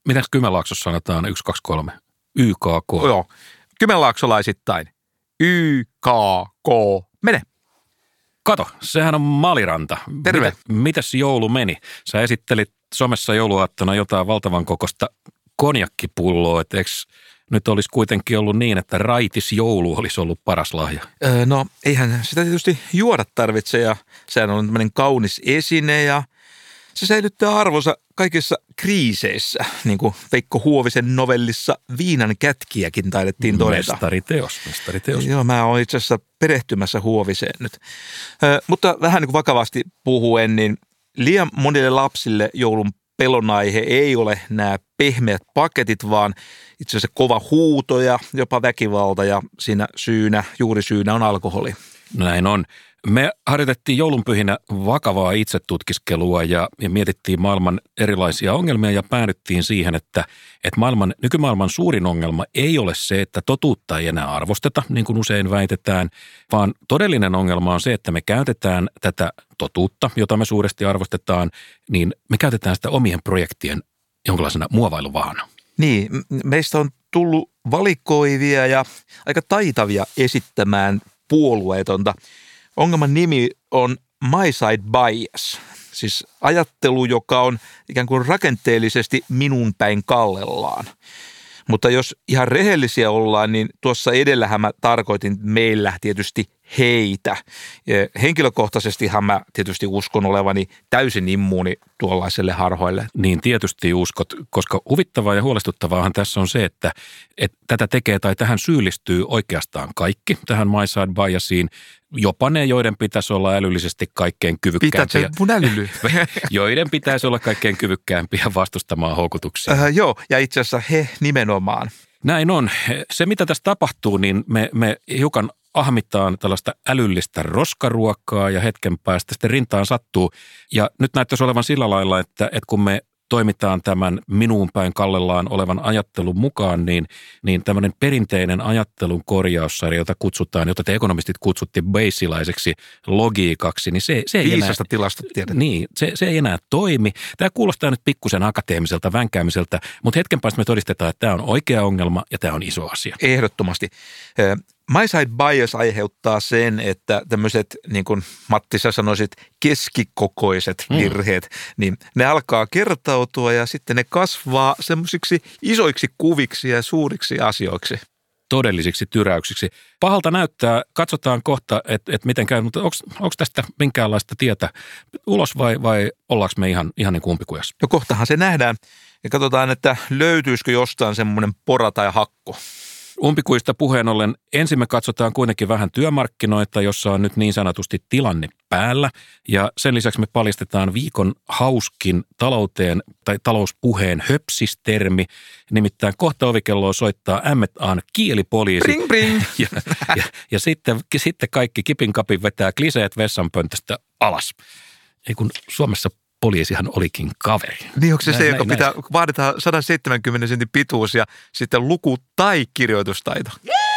Mitäs Kymenlaaksossa sanotaan? 1, 2, 3. YKK. Joo. Kymenlaaksolaisittain. YKK. Mene. Kato, sehän on Maliranta. Terve. Mitäs joulu meni? Sä esittelit somessa jouluaattona jotain valtavan kokoista konjakkipulloa, että eikö nyt olisi kuitenkin ollut niin, että raitis joulu olisi ollut paras lahja? No, eihän sitä tietysti juoda tarvitse ja sehän on tämmöinen kaunis esine ja se säilyttää arvonsa kaikissa kriiseissä, niin kuin Veikko Huovisen novellissa Viinan kätkiäkin taidettiin todeta. Mestariteos. Joo, mä oon itse asiassa perehtymässä Huoviseen nyt. Mutta vähän niin kuin vakavasti puhuen, niin liian monille lapsille joulun pelonaihe ei ole nämä pehmeät paketit, vaan itse asiassa kova huuto ja jopa väkivalta ja siinä juurisyynä on alkoholi. Näin on. Me harjoitettiin joulunpyhinä vakavaa itsetutkiskelua ja mietittiin maailman erilaisia ongelmia ja päädyttiin siihen, että nykymaailman suurin ongelma ei ole se, että totuutta ei enää arvosteta, niin kuin usein väitetään, vaan todellinen ongelma on se, että me käytetään tätä totuutta, jota me suuresti arvostetaan, niin me käytetään sitä omien projektien jonkinlaisena muovailuvahana. Niin, meistä on tullut valikoivia ja aika taitavia esittämään puolueetonta. Ongelman nimi on My Side Bias, siis ajattelu, joka on ikään kuin rakenteellisesti minun päin kallellaan. Mutta jos ihan rehellisiä ollaan, niin tuossa edellähän mä tarkoitin meillä tietysti heitä. Henkilökohtaisestihan mä tietysti uskon olevani täysin immuuni tuollaiselle harhoille. Niin tietysti uskot, koska huvittavaa ja huolestuttavaahan tässä on se, että tätä tekee tai tähän syyllistyy oikeastaan kaikki, tähän My Side Biasiin. Jopa ne, joiden pitäisi olla älyllisesti kaikkein kyvykkäämpiä. Pitääkö mun älyly? Joiden pitäisi olla kaikkein kyvykkäämpiä vastustamaan houkutuksia. Joo, ja itse asiassa he nimenomaan. Näin on. Se, mitä tässä tapahtuu, niin me hiukan ahmitaan tällaista älyllistä roskaruokkaa ja hetken päästä sitten rintaan sattuu. Ja nyt näyttäisi olevan sillä lailla, että kun me toimitaan tämän minuun päin kallellaan olevan ajattelun mukaan, niin tämmöinen perinteinen ajattelun korjaussarja, jota te ekonomistit kutsutte bayesialaiseksi logiikaksi, niin se ei viisasta tilastotiedettä. Niin, se ei enää toimi. Tämä kuulostaa nyt pikkusen akateemiselta vänkäämiseltä, mutta hetken päästä me todistetaan, että tämä on oikea ongelma ja tämä on iso asia. Ehdottomasti. My Side Bias aiheuttaa sen, että tämmöiset, niin kuin Matti sä sanoisit, keskikokoiset virheet, niin ne alkaa kertautua ja sitten ne kasvaa semmoisiksi isoiksi kuviksi ja suuriksi asioiksi. Todellisiksi tyräyksiksi. Pahalta näyttää, katsotaan kohta, että miten käy, mutta onko tästä minkäänlaista tietä ulos vai ollaanko me ihan niin kuin umpikujassa? No kohtahan se nähdään ja katsotaan, että löytyisikö jostain semmoinen pora tai hakko. Umpikuista puheen ollen ensin me katsotaan kuitenkin vähän työmarkkinoita, jossa on nyt niin sanotusti tilanne päällä. Ja sen lisäksi me paljastetaan viikon hauskin talouteen tai talouspuheen höpsistermi. Nimittäin kohta ovikelloa soittaa M&A:n kielipoliisi. Bring, bring. Ja sitten kaikki kipin kapin vetää kliseet vessanpöntöstä alas. Ei kun Suomessa poliisihan olikin kaveri. Niin onko se joka vaaditaan 170 sentin pituus ja sitten luku- tai kirjoitustaito?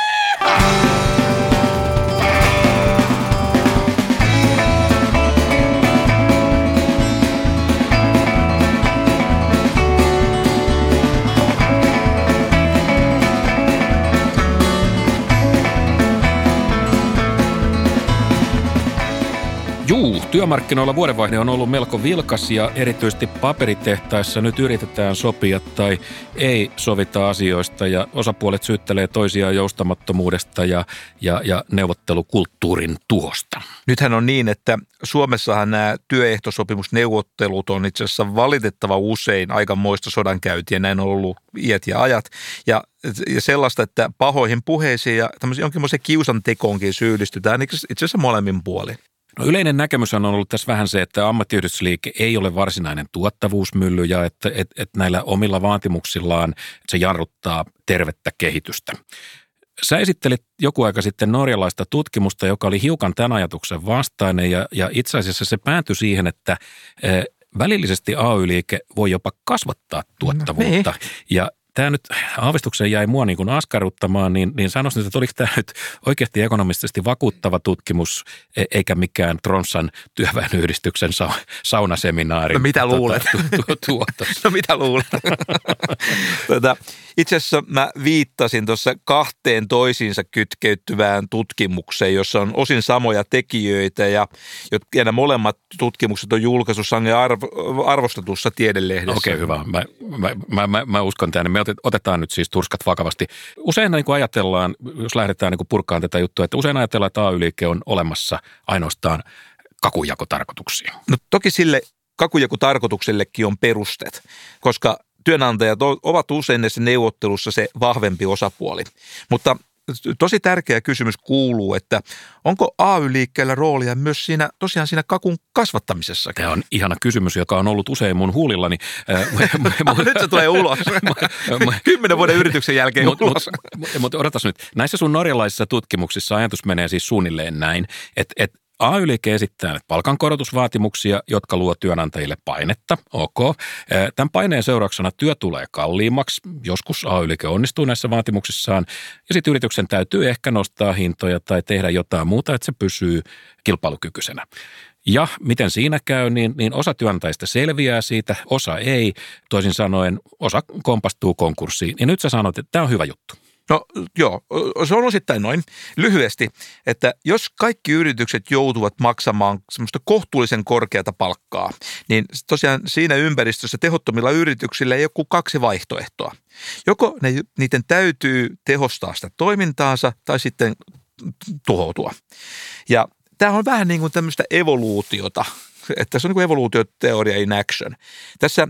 Työmarkkinoilla vuodenvaihde on ollut melko vilkas ja erityisesti paperitehtaissa nyt yritetään sopia tai ei sovita asioista ja osapuolet syyttelee toisiaan joustamattomuudesta ja neuvottelukulttuurin tuhosta. Nythän on niin, että Suomessahan nämä työehtosopimusneuvottelut on itse asiassa valitettava usein aikamoista sodankäyntiä, näin on ollut iät ja ajat ja sellaista, että pahoihin puheisiin ja jonkinlaiseen kiusantekoonkin syyllistytään itse asiassa molemmin puolin. No yleinen näkemys on ollut tässä vähän se, että ammattiyhdistysliike ei ole varsinainen tuottavuusmylly ja että näillä omilla vaatimuksillaan se jarruttaa tervettä kehitystä. Sä esittelit joku aika sitten norjalaista tutkimusta, joka oli hiukan tämän ajatuksen vastainen ja itse asiassa se päätyi siihen, että välillisesti AY-liike voi jopa kasvattaa tuottavuutta. Ja tämä nyt aavistuksen jäi mua niin kuin askarruttamaan, niin sanoisin, että oliko tämä nyt oikeasti ekonomisesti vakuuttava tutkimus, eikä mikään Tronssan työväenyhdistyksen saunaseminaari. No mitä luulet? Tuotos. No mitä luulet? Itse asiassa mä viittasin tuossa 2 toisiinsa kytkeytyvään tutkimukseen, jossa on osin samoja tekijöitä ja nämä molemmat tutkimukset on julkaisu sangen arvostetussa tiedelehdessä. Okei, hyvä. Mä uskon tänne. Me otetaan nyt siis turskat vakavasti. Usein niin kuin ajatellaan, jos lähdetään niin kuin purkaan tätä juttua, että usein ajatellaan, että AY-liike on olemassa ainoastaan kakujakotarkoituksiin. No toki sille kakujakotarkoituksellekin on perusteet, koska työnantajat ovat usein näissä neuvottelussa se vahvempi osapuoli. Mutta tosi tärkeä kysymys kuuluu, että onko AY-liikkeellä roolia myös tosiaan siinä kakun kasvattamisessa? Tämä on ihana kysymys, joka on ollut usein mun huulillani. Nyt se tulee ulos. 10 vuoden yrityksen jälkeen ulos. Mutta odotas nyt. Näissä sun norjalaisissa tutkimuksissa ajatus menee siis suunnilleen näin, että AY-liike esittää palkankorotusvaatimuksia, jotka luo työnantajille painetta. Ok. Tämän paineen seurauksena työ tulee kalliimmaksi. Joskus AY-liike onnistuu näissä vaatimuksissaan. Ja sitten yrityksen täytyy ehkä nostaa hintoja tai tehdä jotain muuta, että se pysyy kilpailukykyisenä. Ja miten siinä käy, niin osa työnantajista selviää siitä, osa ei. Toisin sanoen, osa kompastuu konkurssiin. Ja nyt sä sanot, että tämä on hyvä juttu. No joo, se on osittain noin. Lyhyesti, että jos kaikki yritykset joutuvat maksamaan semmoista kohtuullisen korkeata palkkaa, niin tosiaan siinä ympäristössä tehottomilla yrityksillä ei ole kuin 2 vaihtoehtoa. Joko niiden täytyy tehostaa sitä toimintaansa tai sitten tuhoutua. Ja tämä on vähän niin kuin tämmöistä evoluutiota. Että se on niin kuin evoluutioteoria in action. Näissä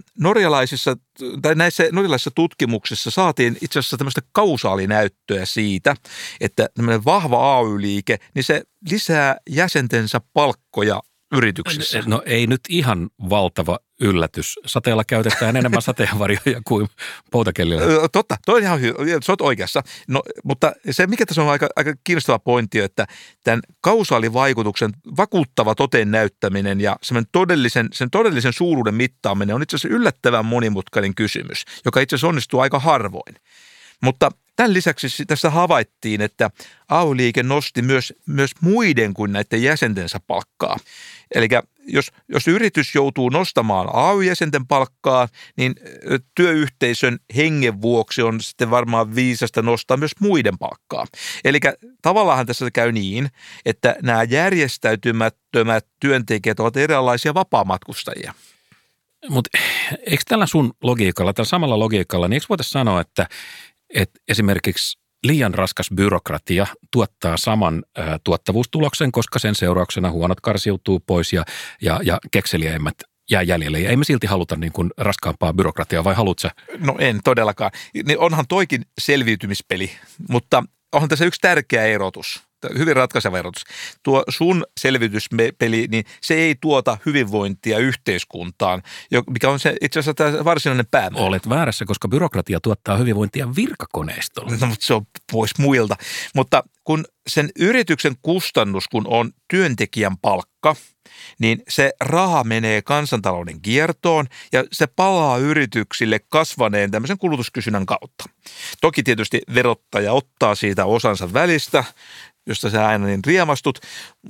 norjalaisissa tutkimuksissa saatiin itse asiassa tämmöistä kausaalinäyttöä siitä, että tämmöinen vahva AY-liike, niin se lisää jäsentensä palkkoja yrityksissä. No ei nyt ihan valtava yllätys. Sateella käytetään enemmän sateenvarjoja kuin poutakellillä. Totta, toi on ihan hyvä. Sä oot oikeassa. No, mutta se, mikä tässä on aika kiinnostava pointti, että tämän kausaalivaikutuksen vakuuttava toteen näyttäminen ja sen todellisen suuruuden mittaaminen on itse asiassa yllättävän monimutkainen kysymys, joka itse asiassa onnistuu aika harvoin. Mutta tämän lisäksi tässä havaittiin, että AY-liike nosti myös muiden kuin näiden jäsentensä palkkaa. Eli jos yritys joutuu nostamaan AY-jäsenten palkkaa, niin työyhteisön hengen vuoksi on sitten varmaan viisasta nostaa myös muiden palkkaa. Eli tavallaan tässä käy niin, että nämä järjestäytymättömät työntekijät ovat erilaisia vapaamatkustajia. Mutta eikö tällä sun logiikalla, tällä samalla logiikalla, niin eikö voitaisiin sanoa, että esimerkiksi liian raskas byrokratia tuottaa saman tuottavuustuloksen, koska sen seurauksena huonot karsiutuu pois ja kekseliäimmät jää jäljelle. Ja ei me silti haluta niin kuin raskaampaa byrokratiaa, vai haluat sä? No en todellakaan. Onhan toikin selviytymispeli, mutta onhan tässä yksi tärkeä erotus. Hyvin ratkaiseva erotus. Tuo sun selvityspeli, niin se ei tuota hyvinvointia yhteiskuntaan, mikä on se itse asiassa tämä varsinainen päämäärä. Olet väärässä, koska byrokratia tuottaa hyvinvointia virkakoneistolla. No, mutta se on pois muilta. Mutta kun sen yrityksen kustannus, kun on työntekijän palkka, niin se raha menee kansantalouden kiertoon ja se palaa yrityksille kasvaneen tämmöisen kulutuskysynnän kautta. Toki tietysti verottaja ottaa siitä osansa välistä, josta sä aina niin riemastut,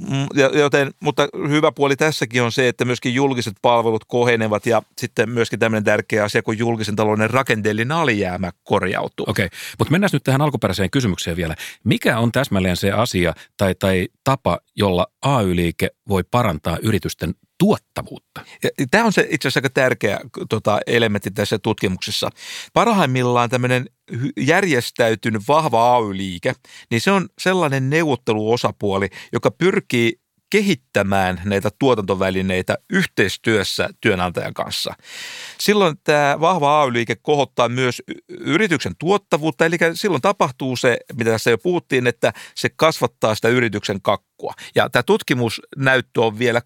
mutta hyvä puoli tässäkin on se, että myöskin julkiset palvelut kohenevat ja sitten myöskin tämmöinen tärkeä asia, kun julkisen talouden rakenteellinen alijäämä korjautuu. Okei, mutta mennään nyt tähän alkuperäiseen kysymykseen vielä. Mikä on täsmälleen se asia tai tapa, jolla AY-liike voi parantaa yritysten tuottavuutta? Tämä on se itse asiassa aika tärkeä elementti tässä tutkimuksessa. Parhaimmillaan tämmöinen järjestäytynyt vahva AY-liike, niin se on sellainen neuvotteluosapuoli, joka pyrkii kehittämään näitä tuotantovälineitä yhteistyössä työnantajan kanssa. Silloin tämä vahva AY-liike kohottaa myös yrityksen tuottavuutta, eli silloin tapahtuu se, mitä tässä jo puhuttiin, että se kasvattaa sitä yrityksen kakkua. Ja tämä tutkimusnäyttö on vielä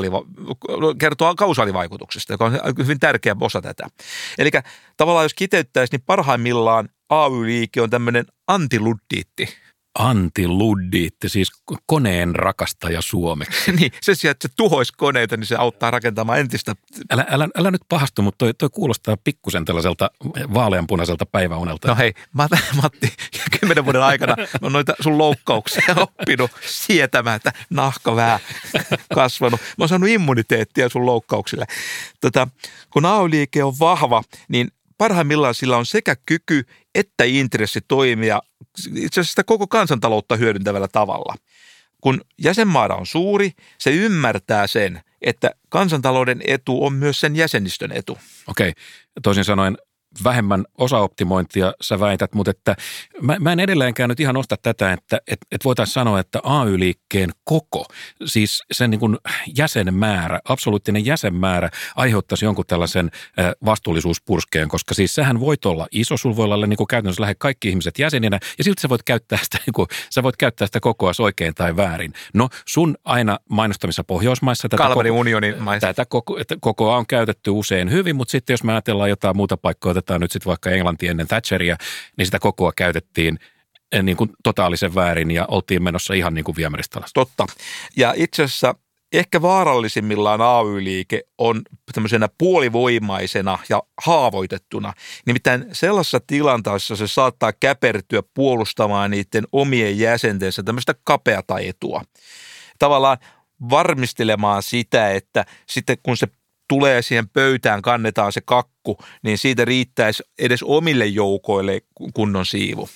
kertoo kausaalivaikutuksesta, joka on hyvin tärkeä osa tätä. Eli tavallaan jos kiteyttäisiin, niin parhaimmillaan AY-liike on tämmöinen antiluddiitti. Antiluddiitti, siis koneen rakastaja suomeksi. Niin, sen sijaan, että se tuhoisi koneita, niin se auttaa rakentamaan entistä. Älä nyt pahastu, mutta toi kuulostaa pikkusen tällaiselta vaaleanpunaiselta päiväunelta. No hei, Matti, 10 vuoden aikana on noita sun loukkauksia oppinut sietämään, että nahka vähän kasvanut. Mä oon saanut immuniteettia sun loukkauksille. Kun AY-liike on vahva, niin parhaimmillaan sillä on sekä kyky että intressi toimia itse asiassa sitä koko kansantaloutta hyödyntävällä tavalla. Kun jäsenmaada on suuri, se ymmärtää sen, että kansantalouden etu on myös sen jäsenistön etu. Okei, toisin sanoen vähemmän osaoptimointia sä väität, mutta että mä en edelleenkään nyt ihan osta tätä, että voitaisiin sanoa, että AY-liikkeen koko, siis sen niin kuin jäsenmäärä, absoluuttinen jäsenmäärä aiheuttaisi jonkun tällaisen vastuullisuuspurskeen, koska siis sähän voit olla iso, sulla voi olla niin kuin käytännössä lähes kaikki ihmiset jäseninä ja silti sä voit käyttää sitä, niin kuin, sä voit käyttää sitä kokoas oikein tai väärin. No sun aina mainostamissa Pohjoismaissa Kalmarin unionin maissa. Tätä kokoa on käytetty usein hyvin, mutta sitten jos me ajatellaan jotain muuta paikkaa, otetaan nyt sitten vaikka Englanti ennen Thatcheria, niin sitä kokoa käytettiin niin kuin totaalisen väärin ja oltiin menossa ihan niin kuin viemäristä alas. Totta. Ja itse asiassa ehkä vaarallisimmillaan AY-liike on tämmöisenä puolivoimaisena ja haavoitettuna. Nimittäin sellaisessa tilanteessa se saattaa käpertyä puolustamaan niiden omien jäsentensä tämmöistä kapeata etua. Tavallaan varmistelemaan sitä, että sitten kun se tulee siihen pöytään, kannetaan se kakku, niin siitä riittäisi edes omille joukoille kunnon siivu.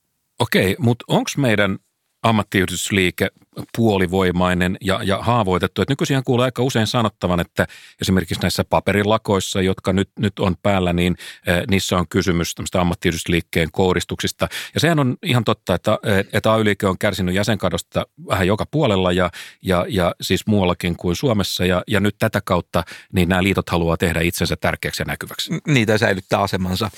Okei, mutta onko meidän ammattiyhdistysliike puolivoimainen ja haavoitettu? Et nykyisin kuulee aika usein sanottavan, että esimerkiksi näissä paperilakoissa, jotka nyt on päällä, niin niissä on kysymys tämmöistä ammattiyhdistysliikkeen kohdistuksista. Ja sehän on ihan totta, että AY-liike on kärsinyt jäsenkadosta vähän joka puolella ja siis muuallakin kuin Suomessa. Ja nyt tätä kautta niin nämä liitot haluaa tehdä itsensä tärkeäksi ja näkyväksi. Niitä säilyttää asemansa.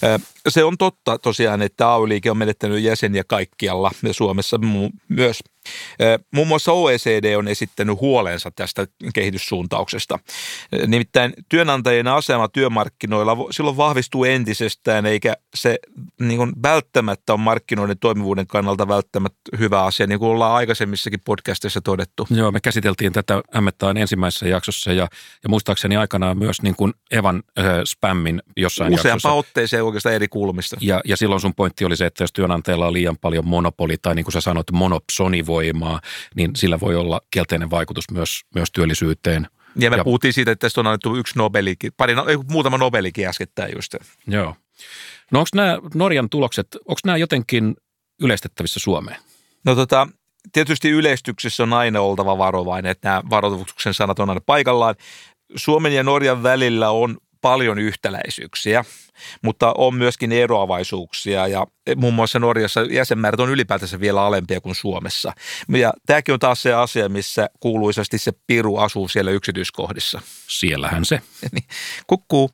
Se on totta tosiaan, että AY-liike on menettänyt jäseniä kaikkialla ja Suomessa myös. Muun muassa OECD on esittänyt huolensa tästä kehityssuuntauksesta. Nimittäin työnantajien asema työmarkkinoilla silloin vahvistuu entisestään, eikä se niin kuin välttämättä on markkinoiden toimivuuden kannalta välttämättä hyvä asia, niin kuin ollaan aikaisemmissakin podcasteissa todettu. Joo, me käsiteltiin tätä Ämmettäin ensimmäisessä jaksossa ja muistaakseni aikanaan myös niin kuin Evan spämmin jossain jaksossa. Useampaan otteeseen oikeastaan eri kulmista. Ja silloin sun pointti oli se, että jos työnantajalla on liian paljon monopoli tai niin kuin sä sanot monopsonivoimaa, niin sillä voi olla kielteinen vaikutus myös työllisyyteen. Ja me puhuttiin siitä, että tästä on annettu yksi Nobelikin, muutama Nobelikin äskettäin just. Joo. No onko nämä Norjan tulokset, onko nämä jotenkin yleistettävissä Suomeen? No tietysti yleistyksessä on aina oltava varovainen, että nämä varoituksen sanat on aina paikallaan. Suomen ja Norjan välillä on paljon yhtäläisyyksiä, mutta on myöskin eroavaisuuksia ja muun muassa Norjassa jäsenmäärät on ylipäätänsä vielä alempia kuin Suomessa. Ja tämäkin on taas se asia, missä kuuluisasti se piru asuu siellä yksityiskohdissa. Siellähän se. Kukkuu.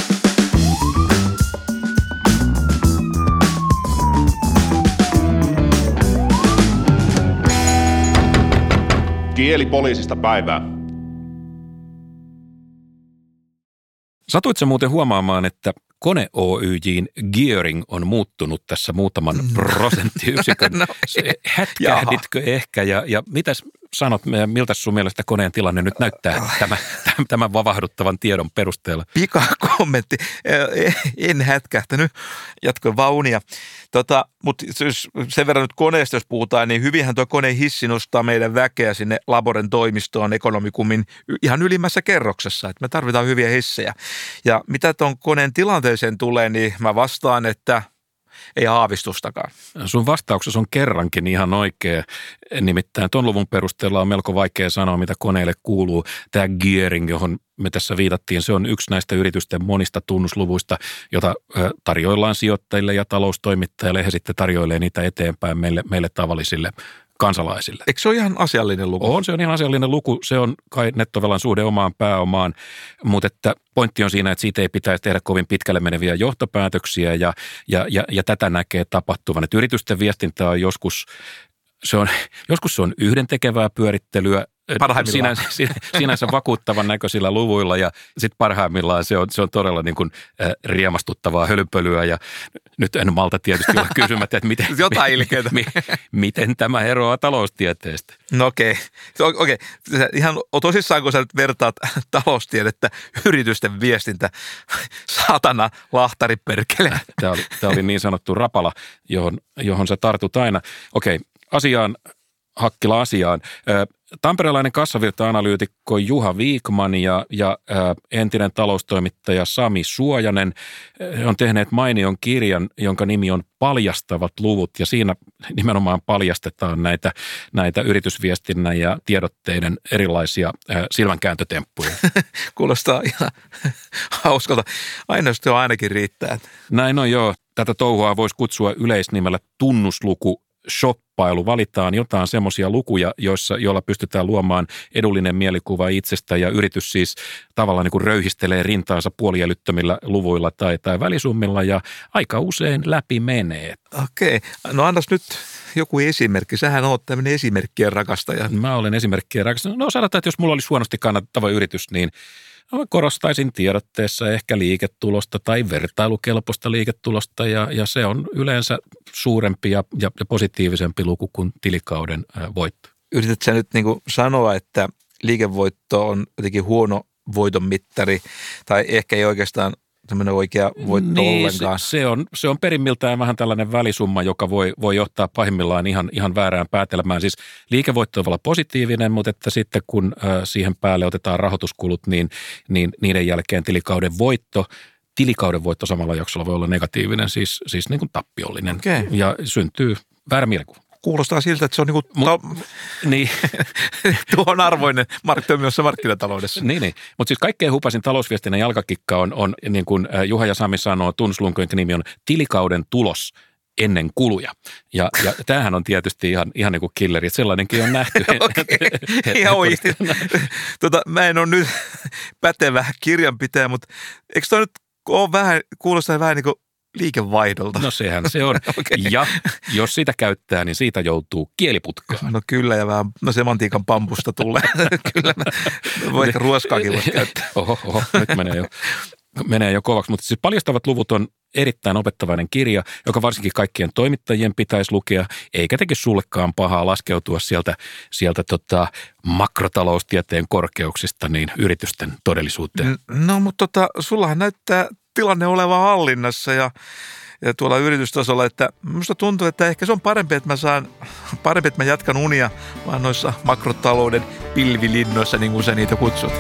Kielipoliisista päivää. Satuitko muuten huomaamaan, että Kone Oyj:n gearing on muuttunut tässä muutaman prosenttiyksikön? No, hätkähditkö ehkä ja mitäs sanot, miltä sun mielestä koneen tilanne nyt näyttää tämän vavahduttavan tiedon perusteella? Pikakommentti. En hätkähtänyt. Jatkoin vaunia. Mutta sen verran nyt koneesta, jos puhutaan, niin hyvinhän tuo koneen hissi nostaa meidän väkeä sinne Laboren toimistoon ekonomikumin ihan ylimmässä kerroksessa. Että me tarvitaan hyviä hissejä. Ja mitä tuon koneen tilanteeseen tulee, niin mä vastaan, että ei aavistustakaan. Sun vastauksessa on kerrankin ihan oikea. Nimittäin ton luvun perusteella on melko vaikea sanoa, mitä koneelle kuuluu. Tämä gearing, johon me tässä viitattiin, se on yksi näistä yritysten monista tunnusluvuista, jota tarjoillaan sijoittajille ja taloustoimittajille, ja he sitten tarjoilee niitä eteenpäin meille tavallisille kansalaisille. Eikö se ole ihan asiallinen luku? Se on ihan asiallinen luku. Se on kai nettovelan suhde omaan pääomaan, mutta että pointti on siinä, että siitä ei pitäisi tehdä kovin pitkälle meneviä johtopäätöksiä ja tätä näkee tapahtuvan. Että yritysten viestintä on joskus se on yhdentekevää pyörittelyä, sinänsä vakuuttavan näköisillä luvuilla ja sitten parhaimmillaan se on todella niin kuin riemastuttavaa hölynpölyä ja nyt en malta tietysti olla kysymättä, että miten tämä eroaa taloustieteestä. No okei. Ihan tosissaan, kun sä nyt vertaat taloustiedettä, yritysten viestintä, saatana lahtariperkele. Tämä oli niin sanottu rapala, johon sä tartut aina. Okei. Hakkila asiaan. Tamperelainen kassavirta-analyytikko Juha Viikman ja entinen taloustoimittaja Sami Suojanen on tehneet mainion kirjan, jonka nimi on Paljastavat luvut, ja siinä nimenomaan paljastetaan näitä yritysviestinnän ja tiedotteiden erilaisia silmänkääntötemppuja. Kuulostaa ihan hauskalta. Aineistoa ainakin riittää. Näin on joo. Tätä touhua voisi kutsua yleisnimellä tunnusluku shoppailu. Valitaan jotain semmoisia lukuja, joilla pystytään luomaan edullinen mielikuva itsestä, ja yritys siis tavallaan niin kuin röyhistelee rintaansa puoliälyttömillä luvuilla tai välisummilla, ja aika usein läpi menee. Okei. No annas nyt joku esimerkki. Sähän oot tämmöinen esimerkkien rakastaja. Mä olen esimerkkien rakastaja. No sanotaan, että jos mulla olisi huonosti kannattava yritys, niin korostaisin tiedotteessa ehkä liiketulosta tai vertailukelpoista liiketulosta, ja se on yleensä suurempi ja positiivisempi luku kuin tilikauden voitto. Yrität sä nyt niin kuin sanoa, että liikevoitto on jotenkin huono voitonmittari, tai ehkä ei oikeastaan tämmöinen oikea voitto ollenkaan? Se on perimmiltään vähän tällainen välisumma, joka voi johtaa pahimmillaan ihan väärään päätelmään. Siis liikevoitto voi olla positiivinen, mutta että sitten kun siihen päälle otetaan rahoituskulut, niin niiden jälkeen tilikauden voitto samalla jaksolla voi olla negatiivinen, siis niin kuin tappiollinen. Okay. Ja syntyy väärä mielikuva. Kuulostaa siltä, että se on niin tuon arvoinen toimivassa markkinataloudessa. Niin. Mutta siis kaikkein hupasin talousviestinnän jalkakikka on niin kuin Juha ja Sami sanoo, tunnusluku, jonka nimi on tilikauden tulos ennen kuluja. Ja tämähän on tietysti ihan niin kuin killeri, että sellainenkin on nähty. Ihan oikeasti. Mä en ole nyt pätevä kirjanpitäjä, mutta eikö toi nyt ole kuulostaa vähän niin kuin liikevaihdolta? No sehän se on. Okay. Ja jos sitä käyttää, niin siitä joutuu kieliputkaan. No kyllä, ja vähän semantiikan pampusta tulee. Kyllä, voi ehkä ruoskaakin voi käyttää. Oho, nyt menee jo kovaksi. Mutta siis Paljastavat luvut on erittäin opettavainen kirja, joka varsinkin kaikkien toimittajien pitäisi lukea, eikä teki sullekaan pahaa laskeutua sieltä makrotaloustieteen korkeuksista niin yritysten todellisuuteen. No, mutta sullahan näyttää tilanne olevan hallinnassa ja tuolla yritystasolla, että minusta tuntuu, että ehkä se on parempi, että mä jatkan unia vaan noissa makrotalouden pilvilinnoissa, niin kuin sä niitä kutsut.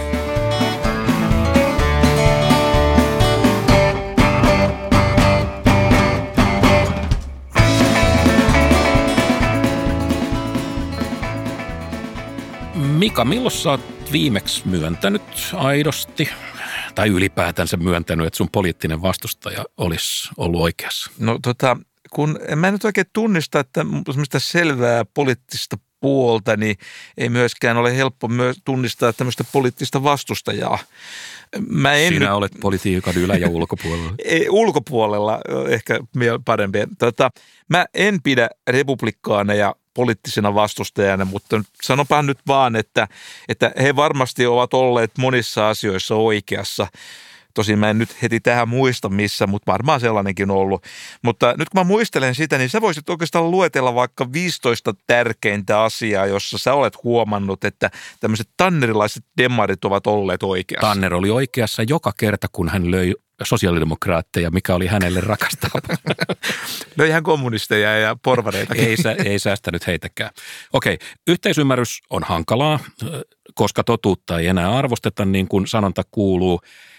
Mika, milloin sä oot viimeksi myöntänyt aidosti tai ylipäätänsä myöntänyt, että sun poliittinen vastustaja olisi ollut oikeassa? No kun mä en nyt oikein tunnista, että semmoista selvää poliittista puolta, niin ei myöskään ole helppo tunnistaa tämmöistä poliittista vastustajaa. Sinä olet politiikan ylä- ja ulkopuolella. Ulkopuolella ehkä parempi. Mä en pidä republikaaneja poliittisena vastustajana, mutta sanonpa nyt vaan, että he varmasti ovat olleet monissa asioissa oikeassa. Tosin mä en nyt heti tähän muista missä, mutta varmaan sellainenkin on ollut. Mutta nyt kun mä muistelen sitä, niin sä voisit oikeastaan luetella vaikka 15 tärkeintä asiaa, jossa sä olet huomannut, että tämmöiset tannerilaiset demarit ovat olleet oikeassa. Tanner oli oikeassa joka kerta, kun hän löi sosiaalidemokraatteja, mikä oli hänelle rakastava. Löi ihan kommunisteja ja porvareita. Ei säästänyt heitäkään. Okei, yhteisymmärrys on hankalaa, koska totuutta ei enää arvosteta niin kuin sanonta kuuluu.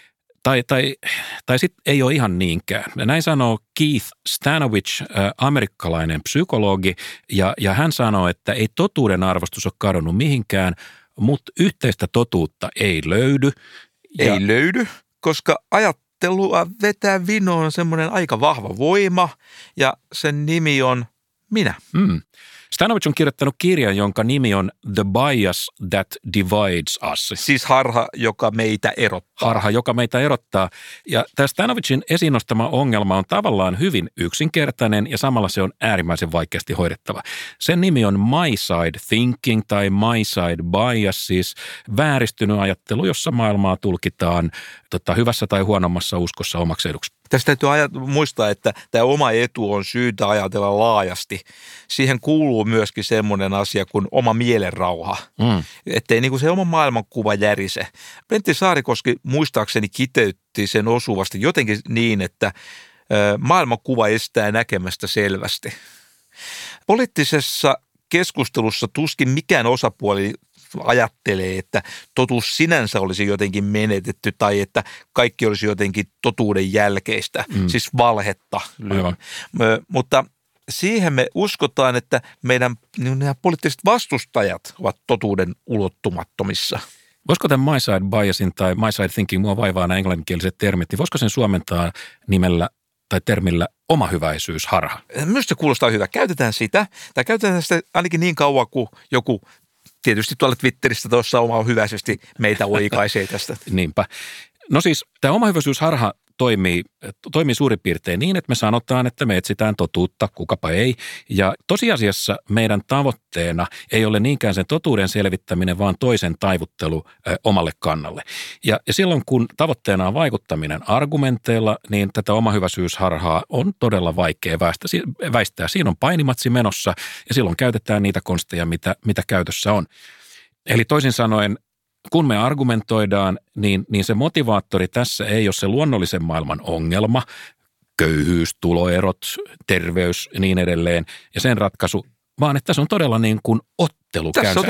Tai sitten ei ole ihan niinkään. Näin sanoo Keith Stanovich, amerikkalainen psykologi, ja hän sanoo, että ei totuuden arvostus ole kadonnut mihinkään, mutta yhteistä totuutta ei löydy. Ei löydy, koska ajattelua vetää vinoon semmoinen aika vahva voima, ja sen nimi on minä. Stanovich on kirjoittanut kirjan, jonka nimi on The Bias That Divides Us. Siis harha, joka meitä erottaa. Harha, joka meitä erottaa. Ja tämä Stanovichin esiin nostama ongelma on tavallaan hyvin yksinkertainen ja samalla se on äärimmäisen vaikeasti hoidettava. Sen nimi on My Side Thinking tai My Side Bias, siis vääristynyt ajattelu, jossa maailmaa tulkitaan hyvässä tai huonommassa uskossa omaksi eduksi. Tästä täytyy muistaa, että tämä oma etu on syytä ajatella laajasti. Siihen kuuluu myöskin semmoinen asia kuin oma mielenrauha, ettei niin kuin se oma maailmankuva järise. Pentti Saarikoski muistaakseni kiteytti sen osuvasti jotenkin niin, että maailmankuva estää näkemästä selvästi. Poliittisessa keskustelussa tuskin mikään osapuoli ajattelee, että totuus sinänsä olisi jotenkin menetetty tai että kaikki olisi jotenkin totuuden jälkeistä, siis valhetta. Mutta siihen me uskotaan, että meidän nämä poliittiset vastustajat ovat totuuden ulottumattomissa. Voisiko tämän my side biasin tai my side thinking, mua vaivaa nämä englanninkieliset termit, niin voisiko sen suomentaa nimellä tai termillä omahyväisyysharha? Minusta se kuulostaa hyvä. Käytetään sitä, tai käytetään sitä ainakin niin kauan kuin joku, tietysti tuolla Twitterissä tuossa omahyväisesti meitä oikaisee tästä. Niinpä. No siis tämä omahyväisyysharha toimii suurin piirtein niin, että me sanotaan, että me etsitään totuutta, kukapa ei. Ja tosiasiassa meidän tavoitteena ei ole niinkään sen totuuden selvittäminen, vaan toisen taivuttelu omalle kannalle. Ja silloin, kun tavoitteena on vaikuttaminen argumenteilla, niin tätä omahyväisyysharhaa on todella vaikea väistää. Siinä on painimatsi menossa ja silloin käytetään niitä konsteja, mitä käytössä on. Eli toisin sanoen, kun me argumentoidaan, niin se motivaattori tässä ei ole se luonnollisen maailman ongelma, köyhyys, tuloerot, terveys ja niin edelleen, ja sen ratkaisu, vaan että se on todella niin kuin ottelu käynnissä,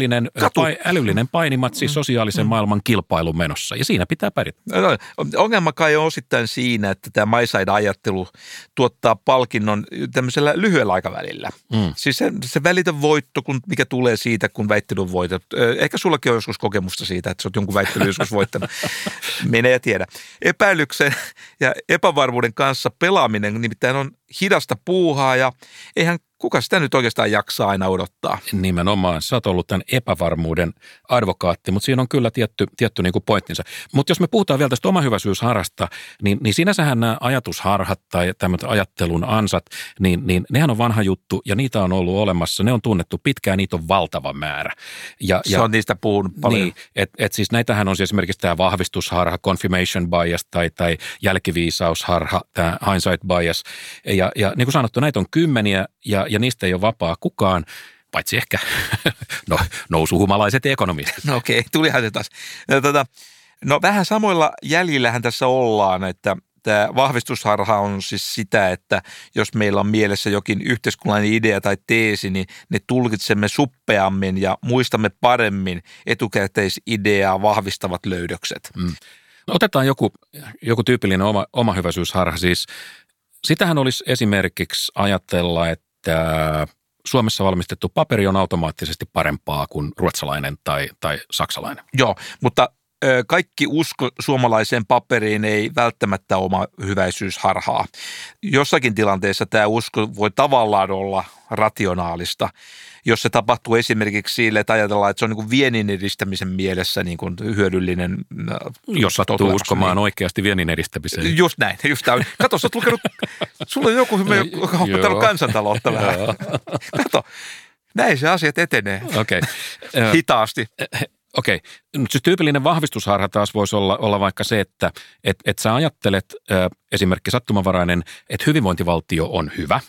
älyllinen painimatsi sosiaalisen maailman kilpailun menossa, ja siinä pitää pärjätä. Ongelma kai on osittain siinä, että tämä my side-ajattelu tuottaa palkinnon tämmöisellä lyhyellä aikavälillä. Siis se välitön voitto, mikä tulee siitä, kun väittelyn voitot. Ehkä sullakin on joskus kokemusta siitä, että sä oot jonkun väittelyn joskus voittanut. Mene ja tiedä. Epäilyksen ja epävarmuuden kanssa pelaaminen nimittäin on hidasta puuhaa, ja eihän kuka sitä nyt oikeastaan jaksaa aina odottaa? Nimenomaan. Sä oot ollut tämän epävarmuuden advokaatti, mutta siinä on kyllä tietty niin kuin pointtinsa. Mutta jos me puhutaan vielä tästä omahyväisyysharhasta, niin sinänsähän nämä ajatusharhat tai tämmöiset ajattelun ansat, niin nehän on vanha juttu ja niitä on ollut olemassa. Ne on tunnettu pitkään, niitä on valtava määrä. Se on niistä puhunut paljon. Niin, että siis näitähän on siis esimerkiksi tämä vahvistusharha, confirmation bias tai jälkiviisausharha, tämä hindsight bias. Ja niin kuin sanottu, näitä on kymmeniä ja niistä ei ole vapaa kukaan, paitsi ehkä nousuhumalaiset ekonomistit. No okei, tulihan se taas. No vähän samoilla jäljillähän tässä ollaan, että tämä vahvistusharha on siis sitä, että jos meillä on mielessä jokin yhteiskunnallinen idea tai teesi, niin ne tulkitsemme suppeammin ja muistamme paremmin etukäteisideaa vahvistavat löydökset. No, otetaan joku tyypillinen omahyväisyysharha. Siis sitähän olisi esimerkiksi ajatella, että Suomessa valmistettu paperi on automaattisesti parempaa kuin ruotsalainen tai saksalainen. Joo, mutta kaikki usko suomalaiseen paperiin ei välttämättä oma hyväisyysharhaa. Jossakin tilanteessa tämä usko voi tavallaan olla rationaalista, jos se tapahtuu esimerkiksi sille, että ajatellaan, että se on niin kuin viennin edistämisen mielessä niin kuin hyödyllinen. Jos sattuu uskomaan oikeasti viennin edistämiseen. Just näin. Kato, sä oot lukenut, sulla on joku, joka on opettanut kansantaloutta vähän. Kato, näin se asiat etenee. Hitaasti. Okei. Nyt siis tyypillinen vahvistusharha taas voisi olla vaikka se, että sä ajattelet, esimerkki sattumanvarainen, että hyvinvointivaltio on hyvä.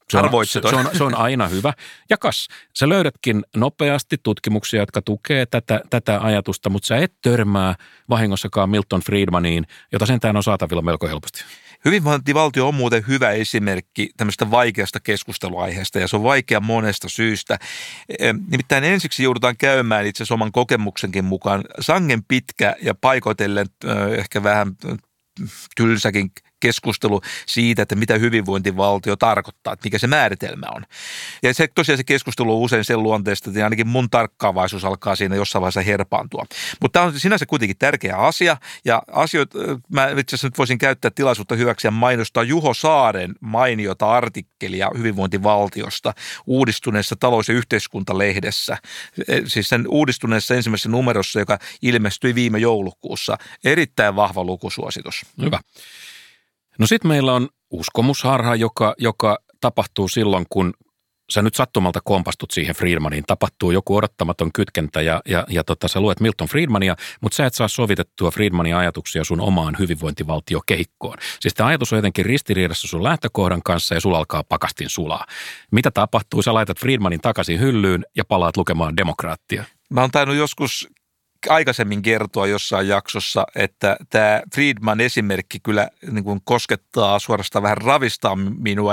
Se on aina hyvä. Ja sä löydätkin nopeasti tutkimuksia, jotka tukee tätä ajatusta, mutta sä et törmää vahingossakaan Milton Friedmaniin, jota sentään on saatavilla melko helposti. Hyvinvointivaltio on muuten hyvä esimerkki tämmöistä vaikeasta keskusteluaiheesta, ja se on vaikea monesta syystä. Nimittäin ensiksi joudutaan käymään itse asiassa oman kokemuksenkin mukaan sangen pitkä ja paikoitellen ehkä vähän tylsäkin keskustelu siitä, että mitä hyvinvointivaltio tarkoittaa, että mikä se määritelmä on. Ja tosiaan se keskustelu on usein sen luonteesta, että ainakin mun tarkkaavaisuus alkaa siinä jossain vaiheessa herpaantua. Mutta tämä on sinänsä kuitenkin tärkeä asia, ja mä itse asiassa nyt voisin käyttää tilaisuutta hyväksi ja mainostaa Juho Saaren mainiota artikkelia hyvinvointivaltiosta uudistuneessa talous- ja yhteiskuntalehdessä. Siis sen uudistuneessa ensimmäisessä numerossa, joka ilmestyi viime joulukuussa. Erittäin vahva lukusuositus. Hyvä. No sitten meillä on uskomusharha, joka tapahtuu silloin, kun sä nyt sattumalta kompastut siihen Friedmaniin. Tapahtuu joku odottamaton kytkentä ja sä luet Milton Friedmania, mutta sä et saa sovitettua Friedmanin ajatuksia sun omaan hyvinvointivaltiokehikkoon. Siis tämä ajatus on jotenkin ristiriidassa sun lähtökohdan kanssa ja sulla alkaa pakastin sulaa. Mitä tapahtuu? Sä laitat Friedmanin takaisin hyllyyn ja palaat lukemaan Demokraattia. Mä oon tainnut joskus aikaisemmin kertoa jossain jaksossa, että tämä Friedman esimerkki kyllä niin kuin koskettaa suorastaan vähän ravistaa minua, ja mä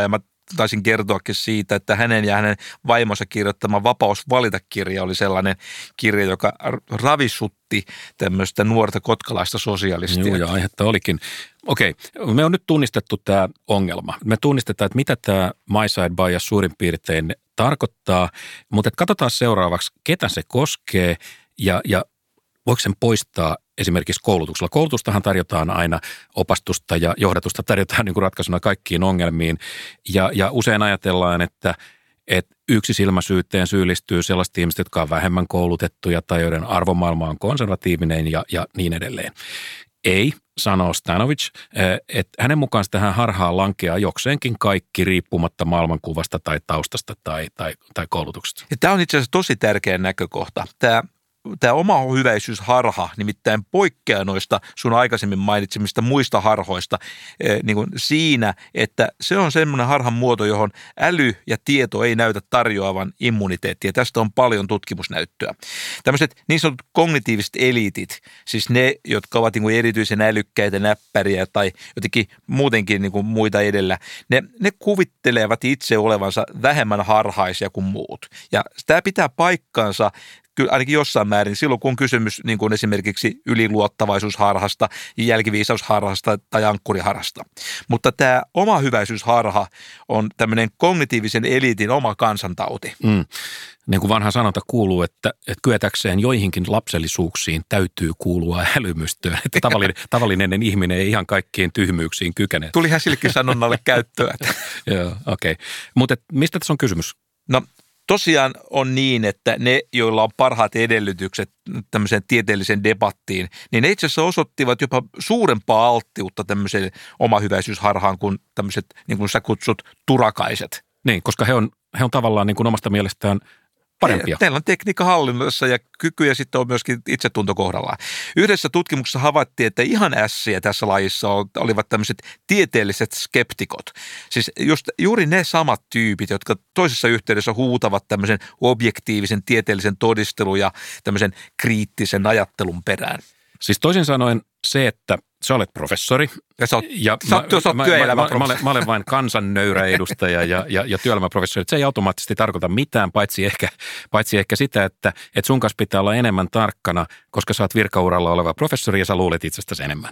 taisin kertoakin siitä, että hänen ja hänen vaimonsa kirjoittama Vapaus valita-kirja oli sellainen kirja, joka ravissutti tämmöistä nuorta kotkalaista sosialistia. Joo, ja aihetta olikin. Okei, me on nyt tunnistettu tämä ongelma. Me tunnistetaan, että mitä tämä my side bias suurin piirtein tarkoittaa, mutta katsotaan seuraavaksi, ketä se koskee ja voiko sen poistaa esimerkiksi koulutuksella. Koulutustahan tarjotaan aina, opastusta ja johdatusta tarjotaan niin kuin ratkaisuna kaikkiin ongelmiin ja usein ajatellaan, että yksisilmäisyyteen syyllistyy sellaiset ihmiset, jotka on vähemmän koulutettuja tai joiden arvomaailma on konservatiivinen ja niin edelleen. Ei, sanoo Stanovich, että hänen mukaansa tähän harhaan lankeaa jokseenkin kaikki riippumatta maailmankuvasta tai taustasta tai koulutuksesta. Ja tämä on itse asiassa tosi tärkeä näkökohta. Tämä oma hyväisyysharha nimittäin poikkeaa noista sun aikaisemmin mainitsemista muista harhoista niin kuin siinä, että se on semmoinen harhan muoto, johon äly ja tieto ei näytä tarjoavan immuniteettia. Tästä on paljon tutkimusnäyttöä. Tämmöiset niin sanotut kognitiiviset eliitit, siis ne, jotka ovat niin kuin erityisen älykkäitä, näppäriä tai jotenkin muutenkin niin kuin muita edellä, ne kuvittelevat itse olevansa vähemmän harhaisia kuin muut. Ja tämä pitää paikkansa kyllä ainakin jossain määrin silloin, kun on kysymys niin kuin esimerkiksi yliluottavaisuusharhasta, jälkiviisausharhasta tai ankkuriharhasta. Mutta tämä oma hyväisyysharha on tämmöinen kognitiivisen eliitin oma kansantauti. Niin kuin vanha sanonta kuuluu, että kyetäkseen joihinkin lapsellisuuksiin täytyy kuulua älymystöön. Että tavallinen ihminen ei ihan kaikkiin tyhmyyksiin kykene. Tuli ihan sillekin sanonnalle käyttöä. Joo, okei. Mutta mistä tässä on kysymys? No tosiaan on niin, että ne, joilla on parhaat edellytykset tämmöiseen tieteelliseen debattiin, niin ne itse asiassa osoittivat jopa suurempaa alttiutta tämmöiseen omahyväisyysharhaan kuin tämmöiset, niin kuin sä kutsut, turakaiset. Niin, koska he on tavallaan niin kuin omasta mielestään parempia. Teillä on tekniikka hallinnassa ja kykyjä sitten on myöskin itsetunto kohdallaan. Yhdessä tutkimuksessa havaittiin, että ihan ässiä tässä lajissa olivat tämmöiset tieteelliset skeptikot. Siis juuri ne samat tyypit, jotka toisessa yhteydessä huutavat tämmöisen objektiivisen tieteellisen todistelun ja tämmöisen kriittisen ajattelun perään. Siis toisin sanoen se, että sä olet professori. Ja sä oot työelämäprofessori. Mä olen vain kansannöyrä edustaja ja työelämäprofessori. Se ei automaattisesti tarkoita mitään, paitsi ehkä sitä, että sun kanssa pitää olla enemmän tarkkana, koska sä oot virkauralla oleva professori ja sä luulet itsestäsi enemmän.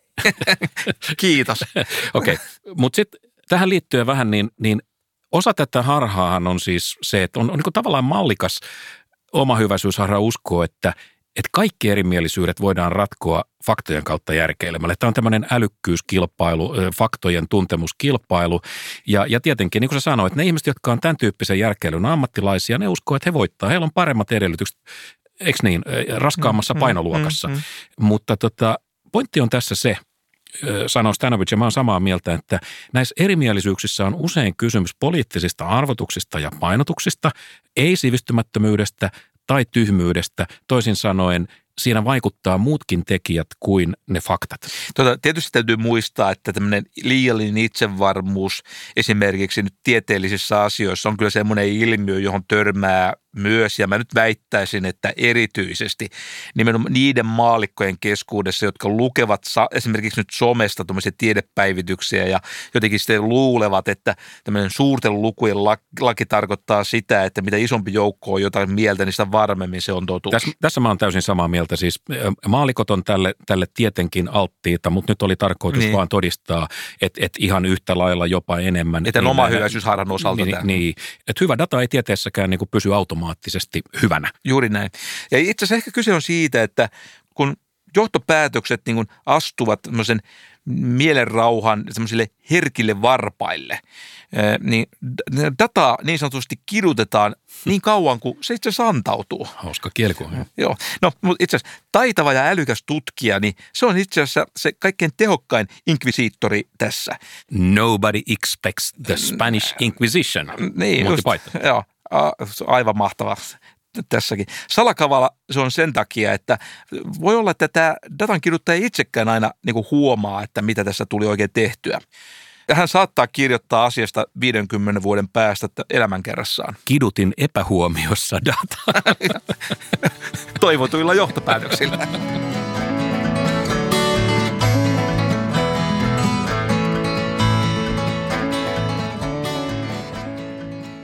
Kiitos. Okei, mutta sitten tähän liittyen vähän, niin osa tätä harhaahan on siis se, että on niin kuin tavallaan mallikas omahyväisyysharha uskoo, että kaikki erimielisyydet voidaan ratkoa faktojen kautta järkeilemällä. Tämä on tämmöinen älykkyyskilpailu, faktojen tuntemuskilpailu. Ja tietenkin, niin kuin sä sanoit, ne ihmiset, jotka on tämän tyyppisen järkeilyn ammattilaisia, ne uskoo, että he voittaa. Heillä on paremmat edellytykset, eikö niin, raskaammassa painoluokassa. Mutta pointti on tässä se, sanoo Stanovich, ja mä oon samaa mieltä, että näissä erimielisyyksissä on usein kysymys poliittisista arvotuksista ja painotuksista, ei sivistymättömyydestä tai tyhmyydestä, toisin sanoen siinä vaikuttaa muutkin tekijät kuin ne faktat. Tietysti täytyy muistaa, että tämmöinen liiallinen itsevarmuus esimerkiksi nyt tieteellisissä asioissa on kyllä semmoinen ilmiö, johon törmää myös, ja mä nyt väittäisin, että erityisesti nimenomaan niiden maallikkojen keskuudessa, jotka lukevat esimerkiksi nyt somesta tuommoisia tiedepäivityksiä ja jotenkin sitten luulevat, että tämmöinen suurten lukujen laki tarkoittaa sitä, että mitä isompi joukko on jotain mieltä, niin sitä varmemmin se on totuus. Tässä mä oon täysin samaa mieltä. Siis maallikot on tälle tietenkin alttiita, mutta nyt oli tarkoitus vaan todistaa, että ihan yhtä lailla jopa enemmän. Että oma hyväisyysharhan osalta niin, että hyvä data ei tieteessäkään niin kuin pysy automaattisesti hyvänä. Juuri näin. Ja itse asiassa ehkä kyse on siitä, että kun johtopäätökset niin kuin astuvat tämmöisen mielenrauhan semmoisille herkille varpaille, niin dataa niin sanotusti kidutetaan niin kauan kuin se itse asiassa antautuu. Hauska kielikuva. Joo. No, mutta itse asiassa taitava ja älykäs tutkija, niin se on itse asiassa se kaikkein tehokkain inkvisiittori tässä. Nobody expects the Spanish Inquisition. Niin, just, joo. Aivan mahtavaa tässäkin. Salakavala se on sen takia, että voi olla, että tämä datan kiduttaja itsekään aina niin kuin huomaa, että mitä tässä tuli oikein tehtyä. Ja hän saattaa kirjoittaa asiasta 50 vuoden päästä elämänkerrassaan. Kidutin epähuomiossa dataa. Toivotuilla johtopäätöksillä.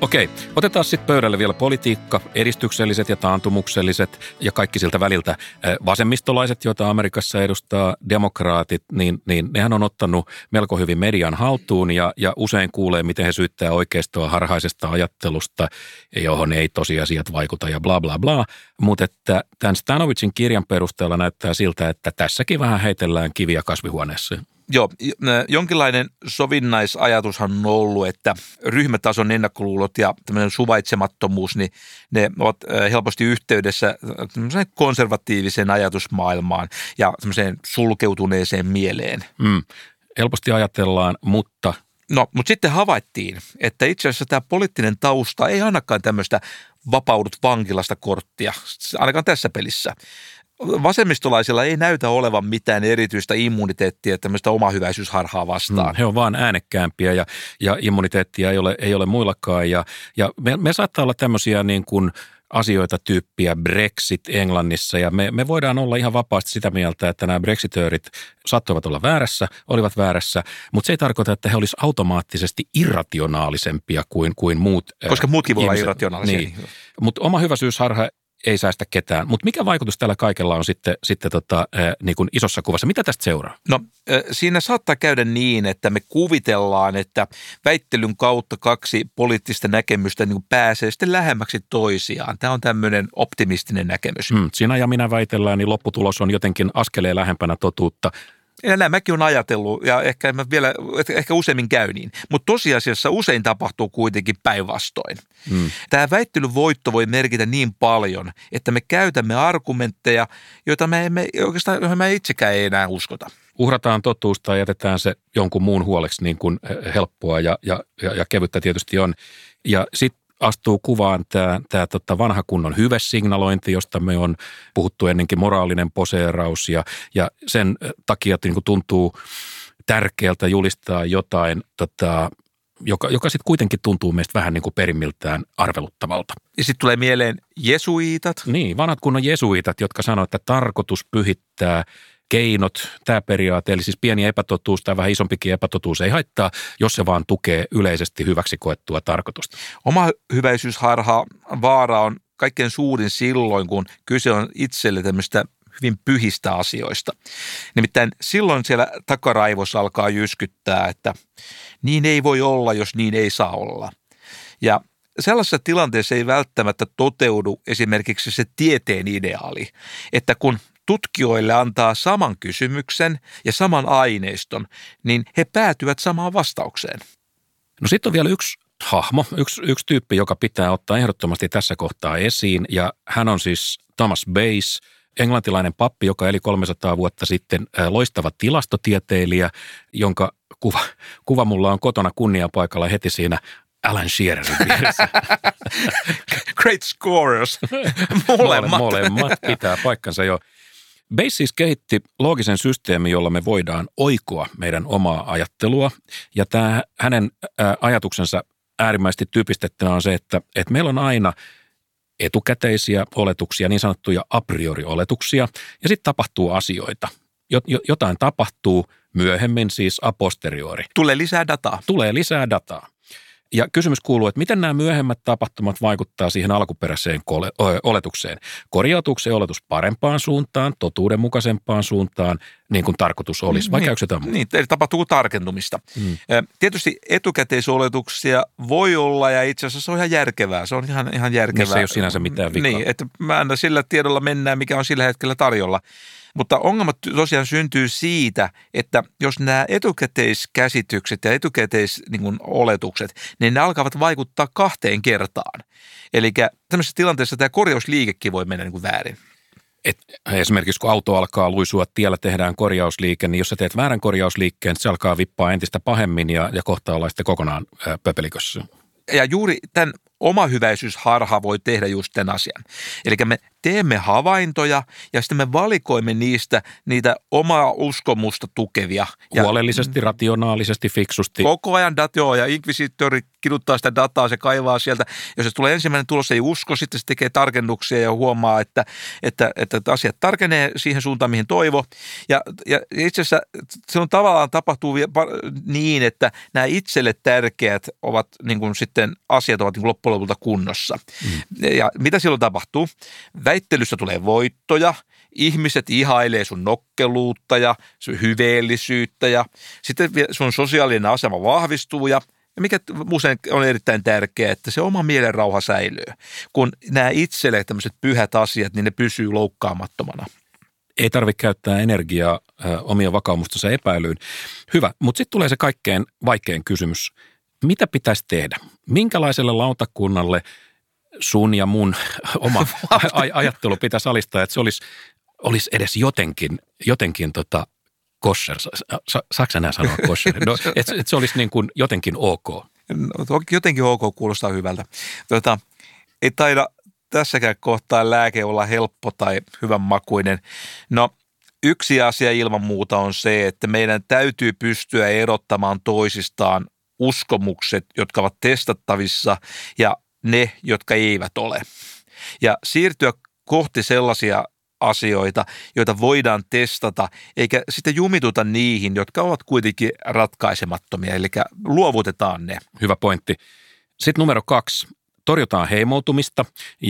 Okei, otetaan sitten pöydälle vielä politiikka, edistykselliset ja taantumukselliset ja kaikki siltä väliltä vasemmistolaiset, joita Amerikassa edustaa demokraatit, niin nehän on ottanut melko hyvin median haltuun ja usein kuulee, miten he syyttää oikeistoa harhaisesta ajattelusta, johon ei tosiasiat vaikuta ja bla bla bla. Mutta että tämän Stanovicin kirjan perusteella näyttää siltä, että tässäkin vähän heitellään kiviä kasvihuoneessa. Joo, jonkinlainen sovinnaisajatushan on ollut, että ryhmätason ennakkoluulot ja tämmöinen suvaitsemattomuus, niin ne ovat helposti yhteydessä konservatiiviseen ajatusmaailmaan ja tämmöiseen sulkeutuneeseen mieleen. Helposti ajatellaan, mutta... No, mutta sitten havaittiin, että itse asiassa tämä poliittinen tausta ei annakaan tämmöistä vapaudut vankilasta korttia, ainakaan tässä pelissä. Vasemmistolaisilla ei näytä olevan mitään erityistä immuniteettia tämmöistä omahyväisyysharhaa vastaan. He on vaan äänekkäämpiä ja immuniteettia ei ole muillakaan. Ja me saattaa olla tämmöisiä niin kuin asioita tyyppiä Brexit Englannissa ja me voidaan olla ihan vapaasti sitä mieltä, että nämä brexitöörit saattoivat olla väärässä, olivat väärässä, mutta se ei tarkoita, että he olisivat automaattisesti irrationaalisempia kuin muut. Koska muutkin voi olla irrationaalisia. Niin. Mutta omahyväisyysharha ei säästä ketään. Mutta mikä vaikutus tällä kaikella on sitten niin kuin isossa kuvassa? Mitä tästä seuraa? No siinä saattaa käydä niin, että me kuvitellaan, että väittelyn kautta kaksi poliittista näkemystä niin kuin pääsee sitten lähemmäksi toisiaan. Tämä on tämmöinen optimistinen näkemys. Sinä ja minä väitellään, niin lopputulos on jotenkin askeleen lähempänä totuutta. Ja näin mäkin olen ajatellut ja ehkä useimmin käy niin, mutta tosiasiassa usein tapahtuu kuitenkin päinvastoin. Tämä väittelyn voitto voi merkitä niin paljon, että me käytämme argumentteja, joita joihin me itsekään ei enää uskota. Uhrataan totuus tai jätetään se jonkun muun huoleksi niin kuin helppoa ja kevyttä tietysti on. Ja sitten astuu kuvaan tämä vanha kunnon hyvesignalointi, josta me on puhuttu ennenkin, moraalinen poseeraus ja sen takia että niin kuin tuntuu tärkeältä julistaa jotain, joka sitten kuitenkin tuntuu meistä vähän niin kuin perimmiltään arveluttavalta. Ja sitten tulee mieleen jesuiitat. Niin, vanhat kunnon jesuitat, jotka sanoo, että tarkoitus pyhittää keinot, tämä periaate, eli siis pieni epätotuus tai vähän isompikin epätotuus ei haittaa, jos se vaan tukee yleisesti hyväksi koettua tarkoitusta. Oma hyväisyysharha vaara on kaikkein suurin silloin, kun kyse on itselle tämmöistä hyvin pyhistä asioista. Nimittäin silloin siellä takaraivossa alkaa jyskyttää, että niin ei voi olla, jos niin ei saa olla. Ja sellaisessa tilanteessa ei välttämättä toteudu esimerkiksi se tieteen ideaali, että kun tutkijoille antaa saman kysymyksen ja saman aineiston, niin he päätyvät samaan vastaukseen. No sitten on vielä yksi hahmo, yksi tyyppi, joka pitää ottaa ehdottomasti tässä kohtaa esiin, ja hän on siis Thomas Bayes, englantilainen pappi, joka eli 300 vuotta sitten, loistava tilastotieteilijä, jonka kuva mulla on kotona kunniapaikalla heti siinä Alan Shearerin vieressä. Great scorers, molemmat pitää paikkansa jo. Bayes siis kehitti loogisen systeemin, jolla me voidaan oikoa meidän omaa ajattelua. Ja tämä hänen ajatuksensa äärimmäisesti tyypistettynä on se, että meillä on aina etukäteisiä oletuksia, niin sanottuja a priori oletuksia, ja sitten tapahtuu asioita. Jotain tapahtuu myöhemmin, siis a posteriori. Tulee lisää dataa. Ja kysymys kuuluu, että miten nämä myöhemmät tapahtumat vaikuttaa siihen alkuperäiseen oletukseen. Korjautuuko se oletus parempaan suuntaan, totuudenmukaisempaan suuntaan, niin kuin tarkoitus olisi, vai käykö jotain muuta? Niin, eli tapahtuu tarkentumista. Tietysti etukäteisoletuksia voi olla, ja itse asiassa se on ihan järkevää. Se on ihan järkevää. Niissä ei ole sinänsä mitään vikaa. Niin, että mä aina sillä tiedolla mennään, mikä on sillä hetkellä tarjolla. Mutta ongelmat tosiaan syntyy siitä, että jos nämä etukäteiskäsitykset ja etukäteisoletukset, niin ne alkavat vaikuttaa kahteen kertaan. Eli tämmöisessä tilanteessa tämä korjausliikekin voi mennä niin kuin väärin. Esimerkiksi kun auto alkaa luisua tiellä, tehdään korjausliike, niin jos sä teet väärän korjausliikkeen, se alkaa vippaa entistä pahemmin ja kohta ollaan sitten kokonaan pöpelikössä. Ja juuri tämän omahyväisyysharha voi tehdä just tämän asian. Eli me teemme havaintoja ja sitten me valikoimme niitä omaa uskomusta tukevia. Huolellisesti, rationaalisesti, fiksusti. Koko ajan ja inkvisiittori kiduttaa sitä dataa, se kaivaa sieltä. Jos se tulee ensimmäinen tulos, ei usko, sitten se tekee tarkennuksia ja huomaa, että asiat tarkenee siihen suuntaan, mihin toivo. Ja itse asiassa se on tavallaan tapahtuu niin, että nämä itselle tärkeät ovat niin kuin sitten asiat ovat niin kuin loppujen lopulta kunnossa. Ja mitä silloin tapahtuu? Väittelyssä tulee voittoja, ihmiset ihailee sun nokkeluutta ja sun hyveellisyyttä ja sitten sun sosiaalinen asema vahvistuu ja mikä usein on erittäin tärkeää, että se oma mielenrauha säilyy. Kun nämä itselle tämmöiset pyhät asiat, niin ne pysyy loukkaamattomana. Ei tarvitse käyttää energiaa omia vakaumustensa epäilyyn. Hyvä, mutta sitten tulee se kaikkein vaikein kysymys. Mitä pitäisi tehdä? Minkälaiselle lautakunnalle sun ja mun oma ajattelu pitäisi alistaa, että se olisi edes jotenkin kosher. Saatko enää sanoa kosher? No, että se olisi niin kuin jotenkin ok. No, jotenkin ok kuulostaa hyvältä. Ei taida tässäkään kohtaa lääke olla helppo tai hyvänmakuinen. No, yksi asia ilman muuta on se, että meidän täytyy pystyä erottamaan toisistaan uskomukset, jotka ovat testattavissa ja ne, jotka eivät ole. Ja siirtyä kohti sellaisia asioita, joita voidaan testata, eikä sitten jumituta niihin, jotka ovat kuitenkin ratkaisemattomia, eli luovutetaan ne. Hyvä pointti. Sitten numero 2. Torjutaan heimoutumista.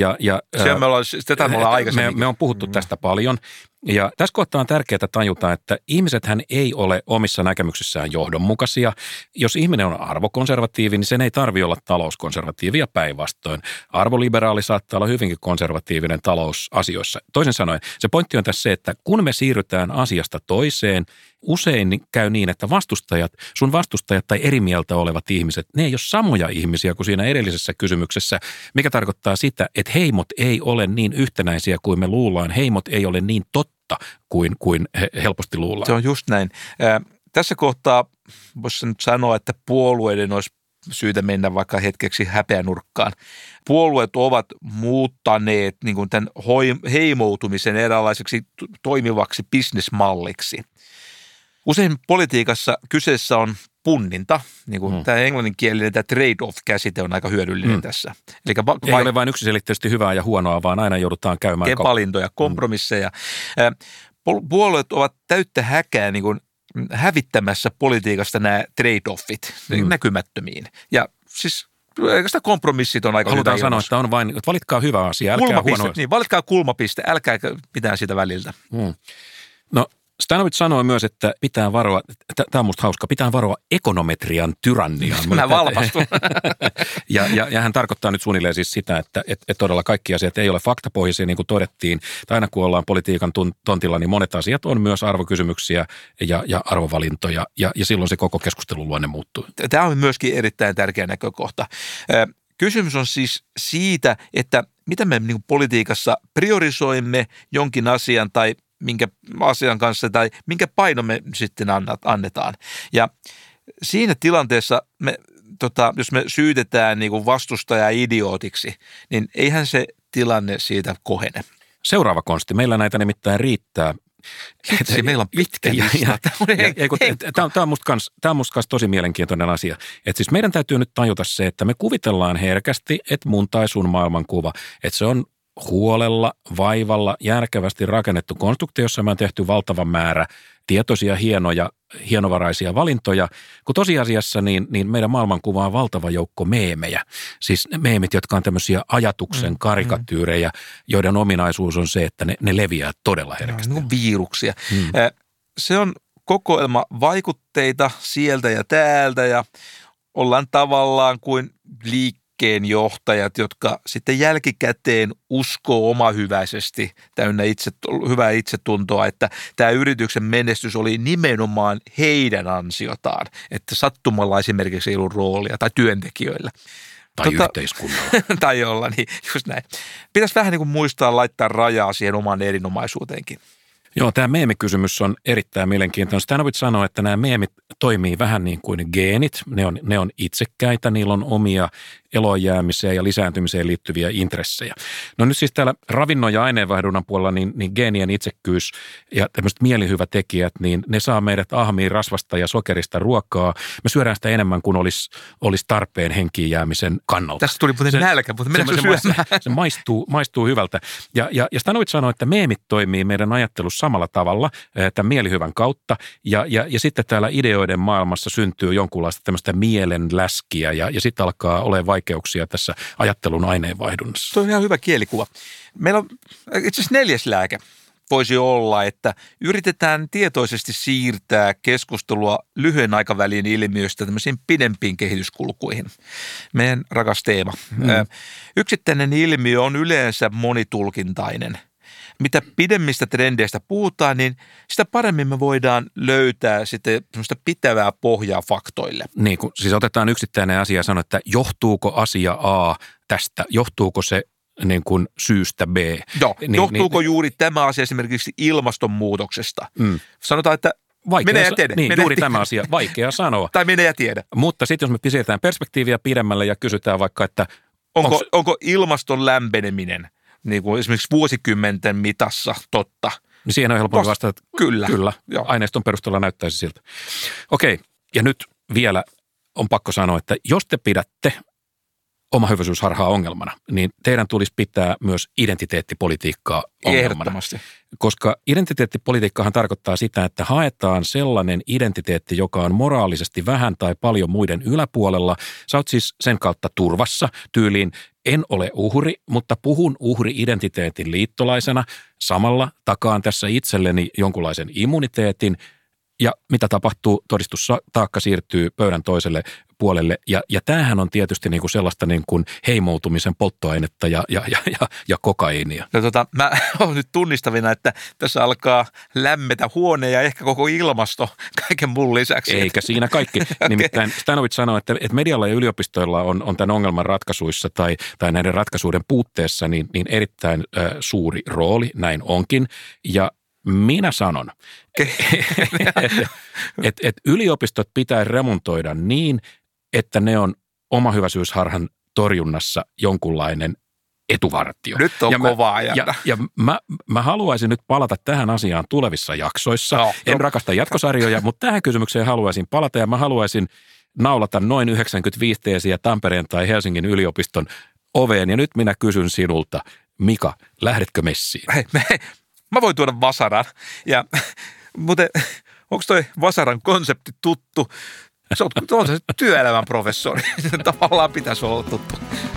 Tätä me ollaan aikaisemmin. Me on puhuttu tästä paljon. Ja tässä kohtaa on tärkeää tajuta, että ihmisethän ei ole omissa näkemyksissään johdonmukaisia. Jos ihminen on arvokonservatiivi, niin sen ei tarvitse olla talouskonservatiivi ja päinvastoin. Arvoliberaali saattaa olla hyvinkin konservatiivinen talousasioissa. Toisin sanoen, se pointti on tässä se, että kun me siirrytään asiasta toiseen, usein käy niin, että sun vastustajat tai eri mieltä olevat ihmiset, ne ei ole samoja ihmisiä kuin siinä edellisessä kysymyksessä, mikä tarkoittaa sitä, että heimot ei ole niin yhtenäisiä kuin me luullaan. Heimot ei ole niin totta kuin helposti luullaan. Se on just näin. Tässä kohtaa voisi nyt sanoa, että puolueiden olisi syytä mennä vaikka hetkeksi häpeänurkkaan. Puolueet ovat muuttaneet niin kuin tämän heimoutumisen eräänlaiseksi toimivaksi bisnesmalliksi. Usein politiikassa kyseessä on punninta, niin kuin tämä englanninkielinen tämä trade-off-käsite on aika hyödyllinen tässä. Ei ole vain yksiselitteisesti hyvää ja huonoa, vaan aina joudutaan käymään valintoja, kompromisseja. Puolueet ovat täyttä häkää niin kuin hävittämässä politiikasta nämä trade-offit näkymättömiin. Ja siis sitä kompromissit on aika halutaan sanoa, että on vain, että valitkaa hyvä asia, älkää huono. Niin, valitkaa kulmapiste, älkää pitää sitä väliltä. No, Stanovich sanoi myös, että pitää varoa, tämä on musta hauska, pitää varoa ekonometrian tyranniaan. Mä valpastun. ja hän tarkoittaa nyt suunnilleen siis sitä, että todella kaikki asiat ei ole faktapohjaisia, niin kuin todettiin. Tai aina kun ollaan politiikan tontilla, niin monet asiat on myös arvokysymyksiä ja arvovalintoja, ja silloin se koko keskustelun luonne muuttuu. Tämä on myöskin erittäin tärkeä näkökohta. Kysymys on siis siitä, että mitä me niin kuin politiikassa priorisoimme jonkin asian tai minkä asian kanssa tai minkä paino me sitten annetaan. Ja siinä tilanteessa, jos me syytetään niin kuin vastustajaa idiootiksi, niin eihän se tilanne siitä kohene. Seuraava konsti. Meillä näitä nimittäin riittää. Meillä on pitkä lista. Tämä on musta tosi mielenkiintoinen asia. Että siis meidän täytyy nyt tajuta se, että me kuvitellaan herkästi, että mun tai sun maailmankuva, että se on huolella, vaivalla, järkevästi rakennettu konstruktio, jossa me on tehty valtava määrä tietoisia, hienovaraisia valintoja, kun tosiasiassa niin meidän maailmankuva on valtava joukko meemejä. Siis meemit, jotka on tämmöisiä ajatuksen karikatyyrejä, joiden ominaisuus on se, että ne leviää todella herkästi. No, viiruksia. Se on kokoelma vaikutteita sieltä ja täältä ja ollaan tavallaan kuin johtajat, jotka sitten jälkikäteen uskoo omahyväisesti täynnä hyvää itsetuntoa, että tämä yrityksen menestys oli nimenomaan heidän ansiotaan, että sattumalla esimerkiksi ei ollut roolia tai työntekijöillä. Tai yhteiskunnalla. Tai jolla, niin just näin. Pitäisi vähän niin kuin muistaa laittaa rajaa siihen omaan erinomaisuuteenkin. Joo, tämä meemikysymys on erittäin mielenkiintoinen. Stanovich sanoo, että nämä meemit toimii vähän niin kuin geenit. Ne on itsekkäitä, niillä on omia eloonjäämiseen ja lisääntymiseen liittyviä intressejä. No nyt siis täällä ravinnon ja aineenvaihdunnan puolella niin geenien itsekkyys ja tämmöiset mielihyvätekijät, niin ne saa meidät ahmiin rasvasta ja sokerista ruokaa. Me syödään sitä enemmän kuin olisi tarpeen henkiin jäämisen kannalta. Tässä tuli muuten nälkä, mutta mennäänkö syömään? Se maistuu hyvältä. Ja Stanovich sanoi, että meemit toimii meidän ajattelussa samalla tavalla tämän mielihyvän kautta. Ja sitten täällä ideoiden maailmassa syntyy jonkunlaista tämmöistä mielenläskiä ja sitten alkaa olemaan vaikeuksia tässä ajattelun aineenvaihdunnassa. Tuo on ihan hyvä kielikuva. Meillä on itse asiassa 4. lääke. Voisi olla, että yritetään tietoisesti siirtää keskustelua lyhyen aikavälin ilmiöistä tämmöisiin pidempiin kehityskulkuihin. Meidän rakas teema. Yksittäinen ilmiö on yleensä monitulkintainen. Mitä pidemmistä trendeistä puhutaan, niin sitä paremmin me voidaan löytää sitten semmoista pitävää pohjaa faktoille. Niin, kun siis otetaan yksittäinen asia ja sanoa, että johtuuko asia A tästä, johtuuko se niin kuin syystä B. Joo, johtuuko juuri tämä asia esimerkiksi ilmastonmuutoksesta? Sanotaan, että mene ja tiedä. Niin, juuri tämä asia, vaikea sanoa. Tai mene ja tiedä. Mutta sitten jos me pistetään perspektiiviä pidemmälle ja kysytään vaikka, että onko ilmaston lämpeneminen niin kuin esimerkiksi vuosikymmenten mitassa totta? Niin siihen on helpompi vastata, että kyllä. Aineiston perusteella näyttäisi siltä. Okei, ja nyt vielä on pakko sanoa, että jos te pidätte omahyväisyysharhaa ongelmana, niin teidän tulisi pitää myös identiteettipolitiikkaa ongelmana. Ehdottomasti. Koska identiteettipolitiikkahan tarkoittaa sitä, että haetaan sellainen identiteetti, joka on moraalisesti vähän tai paljon muiden yläpuolella. Sä oot siis sen kautta turvassa tyyliin. En ole uhri, mutta puhun uhri-identiteetin liittolaisena. Samalla takaan tässä itselleni jonkunlaisen immuniteetin. Ja mitä tapahtuu, todistustaakka siirtyy pöydän toiselle puolelle. Ja tämähän on tietysti niin kuin sellaista niin kuin heimoutumisen polttoainetta ja kokaiinia. No mä olen nyt tunnistavina, että tässä alkaa lämmetä huone ja ehkä koko ilmasto kaiken muun lisäksi. Eikä siinä kaikki. Okay. Nimittäin Stanovich sanoi, että medialla ja yliopistoilla on tämän ongelman ratkaisuissa tai näiden ratkaisuiden puutteessa niin erittäin suuri rooli. Näin onkin. Ja minä sanon, että yliopistot pitää remontoida niin, että ne on omahyväisyysharhan torjunnassa jonkunlainen etuvartio. Nyt on kova ajata. Ja mä haluaisin nyt palata tähän asiaan tulevissa jaksoissa. En rakasta jatkosarjoja, mutta tähän kysymykseen haluaisin palata ja mä haluaisin naulata noin 95 teesiä Tampereen tai Helsingin yliopiston oveen. Ja nyt minä kysyn sinulta, Mika, lähdetkö messiin? Mä voin tuoda vasaran, mutta onko toi vasaran konsepti tuttu? Se on se työelämän professori. Tavallaan pitäisi olla tuttu.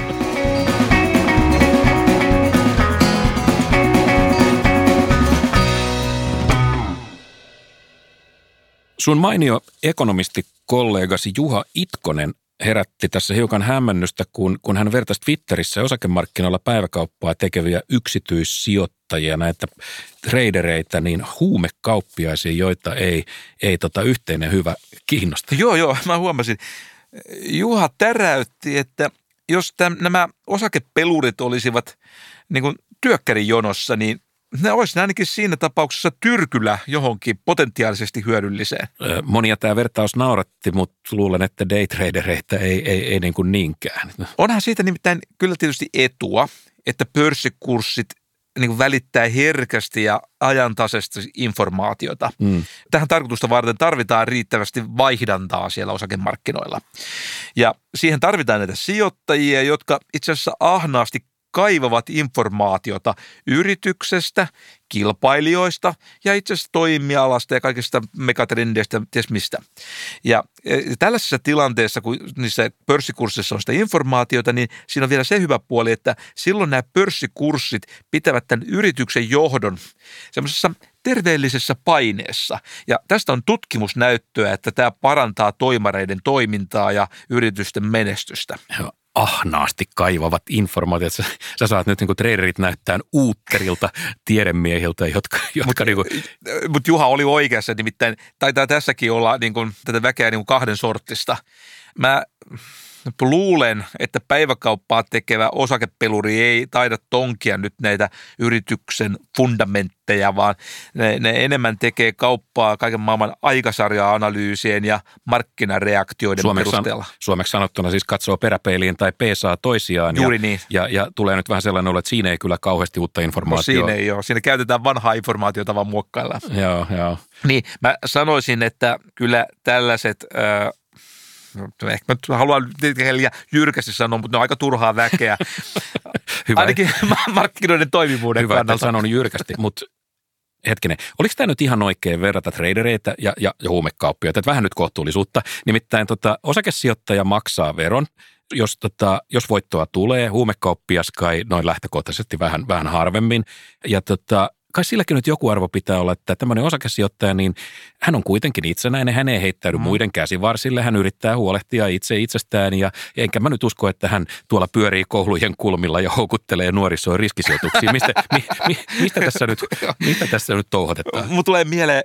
Sun mainio ekonomistikollegasi Juha Itkonen herätti tässä hiukan hämmennystä, kun hän vertasi Twitterissä osakemarkkinoilla päiväkauppaa tekeviä yksityissijoittajia, näitä tradereita, niin huumekauppiaisia, joita ei yhteinen hyvä kiinnosta. Joo, mä huomasin. Juha täräytti, että jos nämä osakepelurit olisivat niin kuin työkkärin jonossa, niin ne olisi ainakin siinä tapauksessa tyrkylä johonkin potentiaalisesti hyödylliseen. Monia tämä vertaus nauratti, mutta luulen, että daytradereita ei niin kuin niinkään. Onhan siitä nimittäin kyllä tietysti etua, että pörssikurssit niin kuin välittää herkästi ja ajantasaista informaatiota. Tähän tarkoitusta varten tarvitaan riittävästi vaihdantaa siellä osakemarkkinoilla. Ja siihen tarvitaan näitä sijoittajia, jotka itse asiassa ahnaasti kaivavat informaatiota yrityksestä, kilpailijoista ja itse asiassa toimialasta ja kaikista megatrendeistä, ties mistä. Ja tällaisessa tilanteessa, kun niissä pörssikursseissa on sitä informaatiota, niin siinä on vielä se hyvä puoli, että silloin nämä pörssikurssit pitävät tämän yrityksen johdon semmoisessa terveellisessä paineessa. Ja tästä on tutkimusnäyttöä, että tämä parantaa toimareiden toimintaa ja yritysten menestystä. Ahnaasti kaivavat informaatiot. Sä saat nyt niin traderit näyttää uutterilta tiedemiehiltä, jotka Mutta Juha oli oikeassa, nimittäin taitaa tässäkin olla niin kuin, tätä väkeä niin kuin kahden sortista. Mä luulen, että päiväkauppaa tekevä osakepeluri ei taida tonkia nyt näitä yrityksen fundamentteja, vaan ne enemmän tekee kauppaa kaiken maailman aikasarja-analyysien ja markkinareaktioiden perusteella. Suomeksi sanottuna siis katsoo peräpeiliin tai peesaa toisiaan. Juuri niin. Ja tulee nyt vähän sellainen olo, että siinä ei kyllä kauheasti uutta informaatiota. No siinä ei ole. Siinä käytetään vanhaa informaatiota vaan muokkaillaan. Joo. Niin, mä sanoisin, että kyllä tällaiset... Ehkä mä haluan liian jyrkästi sanoa, mutta ne on aika turhaa väkeä. Hyvä. Ainakin markkinoiden toimivuuden Hyvä, kannalta. Hyvä, että sanon jyrkästi, mutta hetkinen. Oliko tämä nyt ihan oikein verrata tradereita ja huumekauppiaita? Että vähän nyt kohtuullisuutta. Nimittäin osakesijoittaja maksaa veron, jos voittoa tulee. Huumekauppias kai noin lähtökohtaisesti vähän harvemmin. Ja kai silläkin nyt joku arvo pitää olla, että tämmöinen osakesijoittaja, niin hän on kuitenkin itsenäinen, hän ei heittäydy muiden käsivarsille, hän yrittää huolehtia itsestään ja enkä mä nyt usko, että hän tuolla pyörii koulujen kulmilla ja houkuttelee nuorisoa riskisijoituksiin. Mistä tässä nyt touhotetaan? Mun tulee mieleen,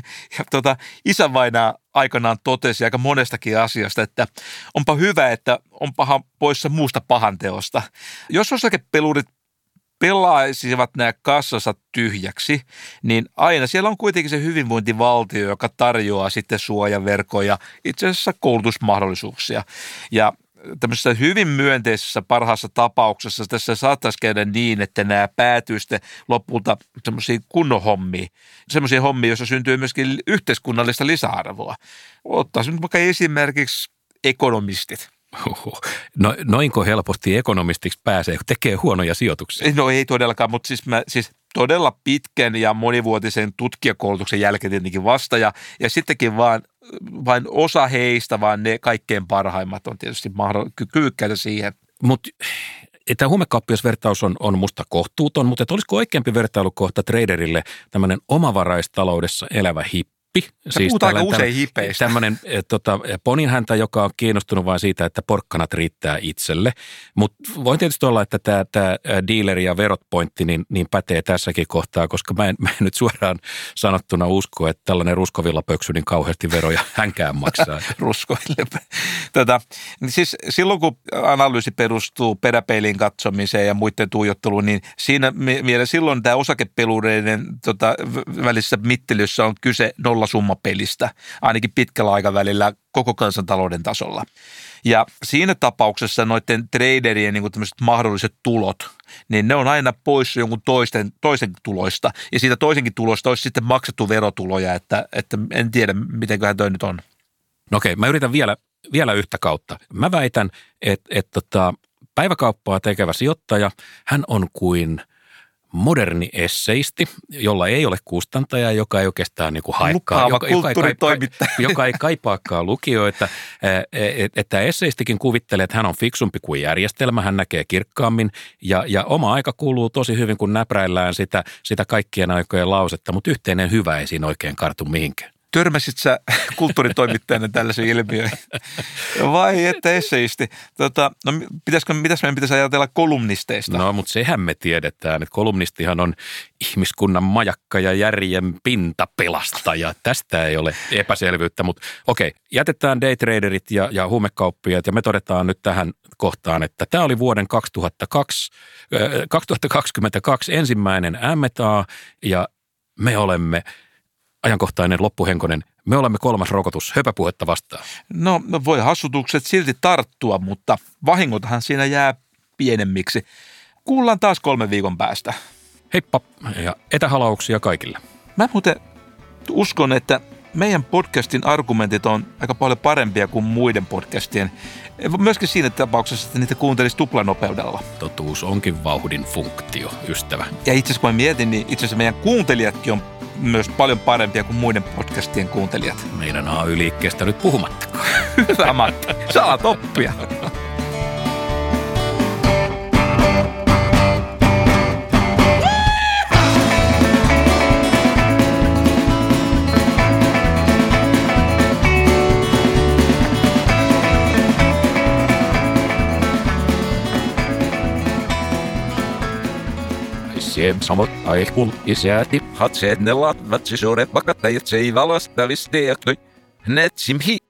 isänvainaa aikanaan totesi aika monestakin asiasta, että onpa hyvä, että on paha poissa muusta pahanteosta. Jos osakepelurit pelaisivat nämä kassansa tyhjäksi, niin aina siellä on kuitenkin se hyvinvointivaltio, joka tarjoaa sitten suojaverkoja, itse asiassa koulutusmahdollisuuksia. Ja tämmöisessä hyvin myönteisessä parhaassa tapauksessa tässä saattaisi käydä niin, että nämä päätyy sitten lopulta semmoisiin kunnon hommiin. Semmoisia hommia, joissa syntyy myöskin yhteiskunnallista lisäarvoa. Ottaisin nyt vaikka esimerkiksi ekonomistit. No, noinko helposti ekonomistiksi pääsee, kun tekee huonoja sijoituksia? No ei todellakaan, mutta siis todella pitkän ja monivuotisen tutkijakoulutuksen jälkeen tietenkin vasta. Ja sittenkin vain osa heistä, vaan ne kaikkein parhaimmat on tietysti kyvykkäitä siihen. Mutta tämä huumekauppiasvertaus on musta kohtuuton, mutta olisiko oikeampi vertailukohta traderille tämmöinen omavaraistaloudessa elävä hippi? Siis puhutaan aika usein hipeistä. Tämmöinen poninhäntä, joka on kiinnostunut vain siitä, että porkkanat riittää itselle. Mutta voi tietysti olla, että tämä dealeri ja verot-pointti niin pätee tässäkin kohtaa, koska mä en nyt suoraan sanottuna usko, että tällainen ruskovillapöksy niin kauheasti veroja hänkään maksaa. Ruskovillapöksy. Siis silloin, kun analyysi perustuu peräpeiliin katsomiseen ja muiden tuijotteluun, niin siinä mielessä silloin tämä osakepelureiden välisessä mittelyssä on kyse nollasummapelistä, ainakin pitkällä aikavälillä koko kansantalouden tasolla. Ja siinä tapauksessa noiden traderien niin kuin tämmöiset mahdolliset tulot, niin ne on aina pois jonkun toisen tuloista. Ja siitä toisenkin tulosta olisi sitten maksettu verotuloja, että en tiedä, mitenköhän toi nyt on. No okei, mä yritän vielä yhtä kautta. Mä väitän, että päiväkauppaa tekevä sijoittaja, hän on kuin moderni esseisti, jolla ei ole kustantaja, joka ei oikeastaan niin kuin haikkaa, joka ei kaipaakaan lukijoita. Että esseistikin kuvittelee, että hän on fiksumpi kuin järjestelmä, hän näkee kirkkaammin ja oma aika kuluu tosi hyvin, kun näpräillään sitä kaikkien aikojen lausetta, mutta yhteinen hyvä ei siinä oikein kartu mihinkään. Törmäsit sä kulttuuritoimittajana tällaisen ilmiöön? Vai että esseisti? No mitäs meidän pitäisi ajatella kolumnisteista? No, mutta sehän me tiedetään, että kolumnistihan on ihmiskunnan majakka ja järjen pintapelastaja. Tästä ei ole epäselvyyttä, mutta okei, jätetään daytraderit ja huumekauppiaat ja me todetaan nyt tähän kohtaan, että tämä oli vuoden 2022 ensimmäinen M&A ja me olemme ajankohtainen loppuhenkonen. Me olemme 3. rokotus höpäpuhetta vastaan. No voi hassutukset silti tarttua, mutta vahingotahan siinä jää pienemmiksi. Kuullaan taas 3 viikon päästä. Heippa ja etähalauksia kaikille. Mä muuten uskon, että meidän podcastin argumentit on aika paljon parempia kuin muiden podcastien. Myöskin siinä tapauksessa, että niitä kuuntelisi tuplanopeudella. Totuus onkin vauhdin funktio, ystävä. Ja itse asiassa kun mä mietin, niin itse asiassa meidän kuuntelijatkin on myös paljon parempia kuin muiden podcastien kuuntelijat. Meidän AY-liikkeestä nyt puhumattakaan. Hyvä Matti, saat oppia. Samot aikul isäti. Hatseet ne latvat, se suuret pakattajat, se ei valastavista ja netsimhi.